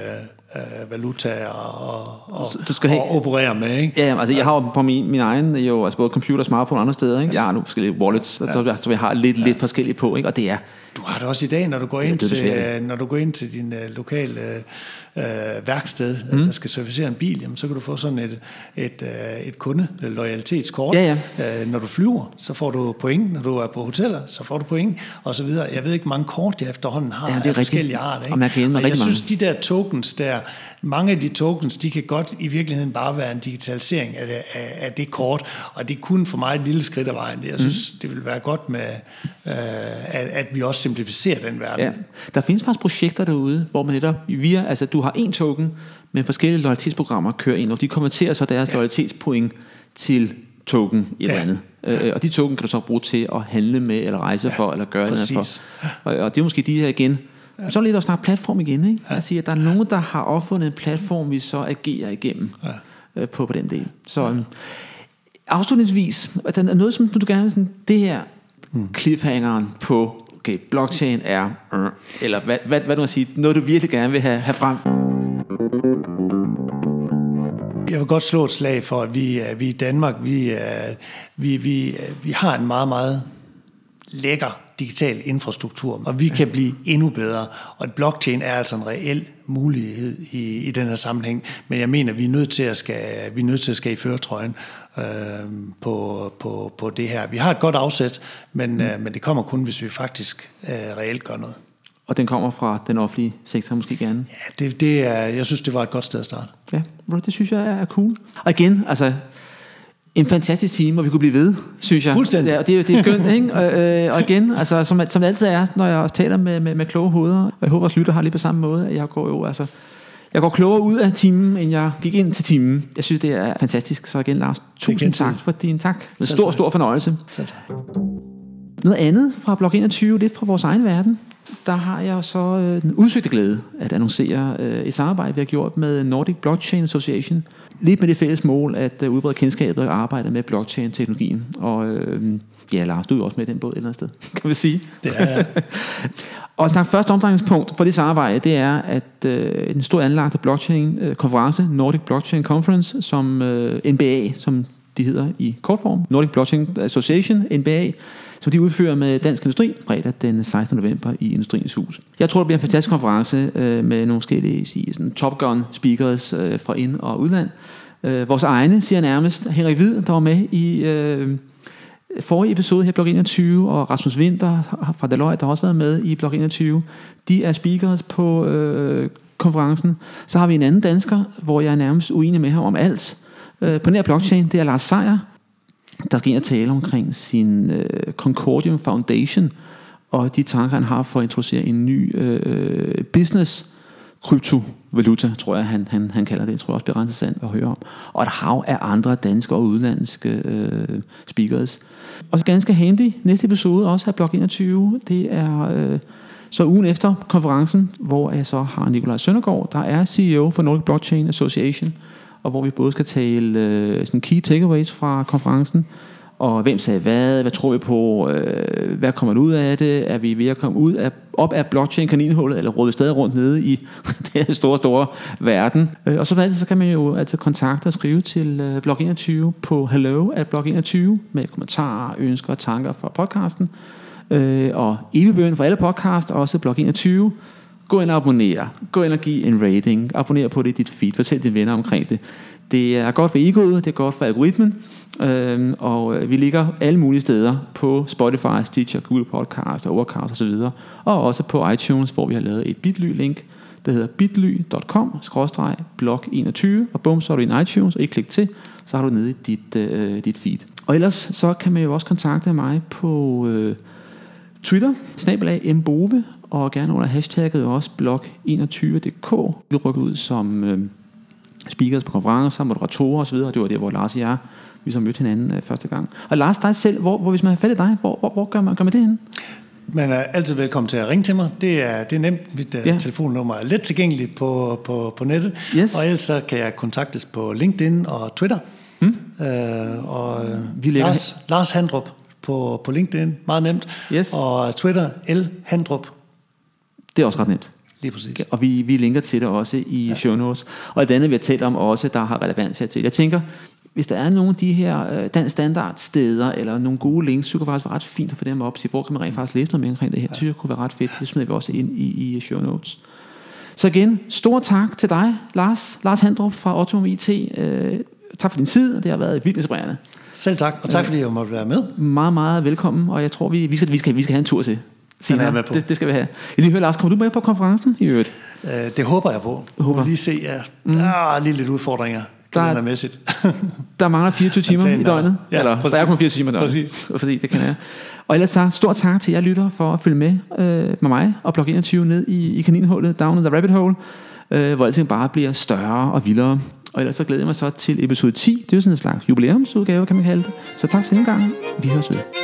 Speaker 2: øh, valutaer og, og, du skal have, og operere med. Ikke?
Speaker 1: Ja, altså jeg har jo på min, min egen, jo, altså både computer og smartphone og andre steder, ikke? Jeg har nogle forskellige wallets, ja. så, så jeg har lidt, ja. lidt forskellige på, ikke? Og det er...
Speaker 2: Du har det også i dag, når du går ind, det, det til, når du går ind til din uh, lokale uh, værksted, mm. der skal servicere en bil, jamen, så kan du få sådan et, et, uh, et kunde-loyalitetskort.
Speaker 1: Ja, ja.
Speaker 2: Uh, når du flyver, så får du point. Når du er på hoteller, så får du point, og så videre. Jeg ved ikke, mange kort jeg efterhånden har ja, af forskellige arter.
Speaker 1: Og, man kan og jeg
Speaker 2: synes, mange. de der tokens der, mange af de tokens, de kan godt i virkeligheden bare være en digitalisering af det, af, af det kort, og det er kun for mig et lille skridt af vejen. Jeg synes, mm. det vil være godt med, uh, at, at vi også simplificerer den verden.
Speaker 1: Ja. Der findes faktisk projekter derude, hvor man netop via, altså du har en token, men forskellige loyalitetsprogrammer kører ind, og de konverterer så deres ja. loyalitetspoint til token et eller andet. Øh, og de token kan du så bruge til at handle med, eller rejse ja, for, eller gøre noget for. Og, og det er måske de her igen. Ja. Så er det lidt at snakke platform igen, ikke? Ja. Altså, at der er nogen, der har opfundet en platform, vi så agerer igennem ja. øh, på, på den del. Så um, afslutningsvis, at der er noget, som du gerne vil sådan, det her hmm. cliffhangeren på okay, blockchain er, øh, eller hvad, hvad, hvad du må sige, noget du virkelig gerne vil have, have frem.
Speaker 2: Jeg vil godt slå et slag for, at vi, vi i Danmark, vi, vi, vi, vi har en meget, meget lækker digital infrastruktur, og vi kan blive endnu bedre. Og blockchain er altså en reel mulighed i, i den her sammenhæng, men jeg mener, vi er nødt til at skal, vi er nødt til at skal i førertrøjen øh, på, på, på det her. Vi har et godt afsæt, men, mm. øh, men det kommer kun, hvis vi faktisk øh, reelt gør noget.
Speaker 1: Og den kommer fra den offentlige sektor måske gerne?
Speaker 2: Ja, det, det er, jeg synes, det var et godt sted at starte.
Speaker 1: Ja, det synes jeg er cool. Og igen, altså en fantastisk time, hvor vi kunne blive ved, synes jeg.
Speaker 2: Fuldstændig.
Speaker 1: Ja, og det, det er skønt, ikke? Og, øh, og igen, altså, som, som det altid er, når jeg også taler med, med, med kloge hoveder, og jeg håber, vores lytter har lige på samme måde, at jeg går jo, altså, jeg går klogere ud af timen, end jeg gik ind til timen. Jeg synes, det er fantastisk. Så igen, Lars, tusind tak for din tak. En stor, stor fornøjelse. Noget andet fra Blok enogtyve, lidt fra vores egen verden. Der har jeg så øh, den udsøgte glæde at annoncere øh, et samarbejde, vi har gjort med Nordic Blockchain Association. Lidt med det fælles mål at øh, udbrede kendskabet og arbejde med blockchain-teknologien. Og øh, ja, Lars, du er jo også med i den båd et eller andet sted, kan vi sige.
Speaker 2: Det er jeg.
Speaker 1: Og snart første omdrejningspunkt for det samarbejde, det er, at øh, en stor anlagte blockchain-konference, Nordic Blockchain Conference, som øh, N B A, som de hedder i kortform, Nordic Blockchain Association, N B A, som de udfører med Dansk Industri, fredag den sekstende november i Industriens Hus. Jeg tror, det bliver en fantastisk konference øh, med nogle forskellige sige, Top Gun speakers øh, fra ind- og udland. Øh, vores egne, siger nærmest, Henrik Hvid, der var med i øh, forrige episode her i Blok enogtyve, og Rasmus Winter fra Deloitte, der har også været med i Blok enogtyve. De er speakers på øh, konferencen. Så har vi en anden dansker, hvor jeg er nærmest uenig med ham om alt. Øh, på nær blockchain, det er Lars Seier, der skal ind og tale omkring sin øh, Concordium Foundation og de tanker, han har for at introducere en ny øh, business kryptovaluta, tror jeg, han, han, han kalder det. Jeg tror også, det bliver ret interessant at høre om. Og et hav af andre danske og udlandske øh, speakers. Og så ganske handy, næste episode også af Blok enogtyve, det er øh, så ugen efter konferencen, hvor jeg så har Nikolaj Søndergaard, der er C E O for Nordic Blockchain Association, og hvor vi både skal tale øh, sådan key takeaways fra konferencen, Og hvem sagde hvad? Hvad tror vi på? Øh, hvad kommer ud af det? Er vi ved at komme ud af, op af blockchain-kaninhullet, eller råder vi stadig rundt nede i den her store, store verden? Øh, og så altid, så kan man jo altid kontakte og skrive til øh, blog enogtyve på hello at blog enogtyve med kommentarer, ønsker og tanker for podcasten. Øh, og evigbøn for alle podcast, også blog enogtyve. Gå ind og abonner. Gå ind og giv en rating. Abonner på det i dit feed. Fortæl dine venner omkring det. Det er godt for egoet, det er godt for algoritmen. Øhm, og vi ligger alle mulige steder på Spotify, Stitcher, Google Podcast, Overcast og så videre. Og også på iTunes, hvor vi har lavet et bitly-link, der hedder bitly punktum com skråstreg blog enogtyve. Og bum, så er du i en iTunes, og I klik til, så har du nede i dit, øh, dit feed. Og ellers så kan man jo også kontakte mig på øh, Twitter, snabel-a mbove, og gerne under hashtagget også blog enogtyve punktum d k. Vi rykker ud som øh, speakers på konferencer, moderatorer osv. Det var der, hvor Lars og jeg vi så mødte hinanden øh, første gang. Og Lars, dig selv, hvor, hvor hvis man har fat i dig, hvor, hvor, hvor gør, man, gør man det henne?
Speaker 2: Man er altid velkommen til at ringe til mig. Det er, det er nemt. Mit ja. telefonnummer er let tilgængeligt på, på, på nettet.
Speaker 1: Yes.
Speaker 2: Og ellers så kan jeg kontaktes på LinkedIn og Twitter. Hmm. Øh, og vi Lars, Lars Handrup på, på LinkedIn, meget nemt. Yes. Og Twitter, L Handrup.
Speaker 1: Det er også ret nemt.
Speaker 2: Lige præcis.
Speaker 1: Og vi, vi linker til det også i ja. show notes. Og det andet, vi har talt om også, der har relevans her til. Jeg tænker, hvis der er nogle af de her øh, dansk standard steder, eller nogle gode links, så kunne det faktisk være ret fint at få dem op. Så hvor kan man rent faktisk læse noget mere omkring det her? Ja. Det kunne være ret fedt. Det smider vi også ind i, i show notes. Så igen, stor tak til dig, Lars. Lars Handrup fra Optimum I T. Øh, tak for din tid, og det har været vildt inspirerende.
Speaker 2: Selv tak, og tak fordi jeg måtte være med.
Speaker 1: Meget, meget velkommen, og jeg tror, vi, vi, skal, vi, skal, vi skal have en tur til. Det, det skal vi have. Jeg lige høre, Lars, kommer du med på konferencen i øvrigt?
Speaker 2: Øh, det håber jeg på. Jeg håber. Lige se, ja. Mm. Der er lige lidt udfordringer. Der er,
Speaker 1: der mangler fireogtyve timer i døgnet.
Speaker 2: Ja,
Speaker 1: eller
Speaker 2: præcis.
Speaker 1: Der er kun fireogtyve timer i døgnet. Præcis. Præcis, det kan jeg. Og ellers så stor tak til jer lytter for at følge med øh, med mig og blog enogtyve ned i, i kaninhullet, down in the rabbit hole, øh, hvor alting bare bliver større og vildere. Og ellers så glæder jeg mig så til episode ti. Det er jo sådan en slags jubilæumsudgave, kan man kalde det. Så tak til denne gang. Vi høres ved.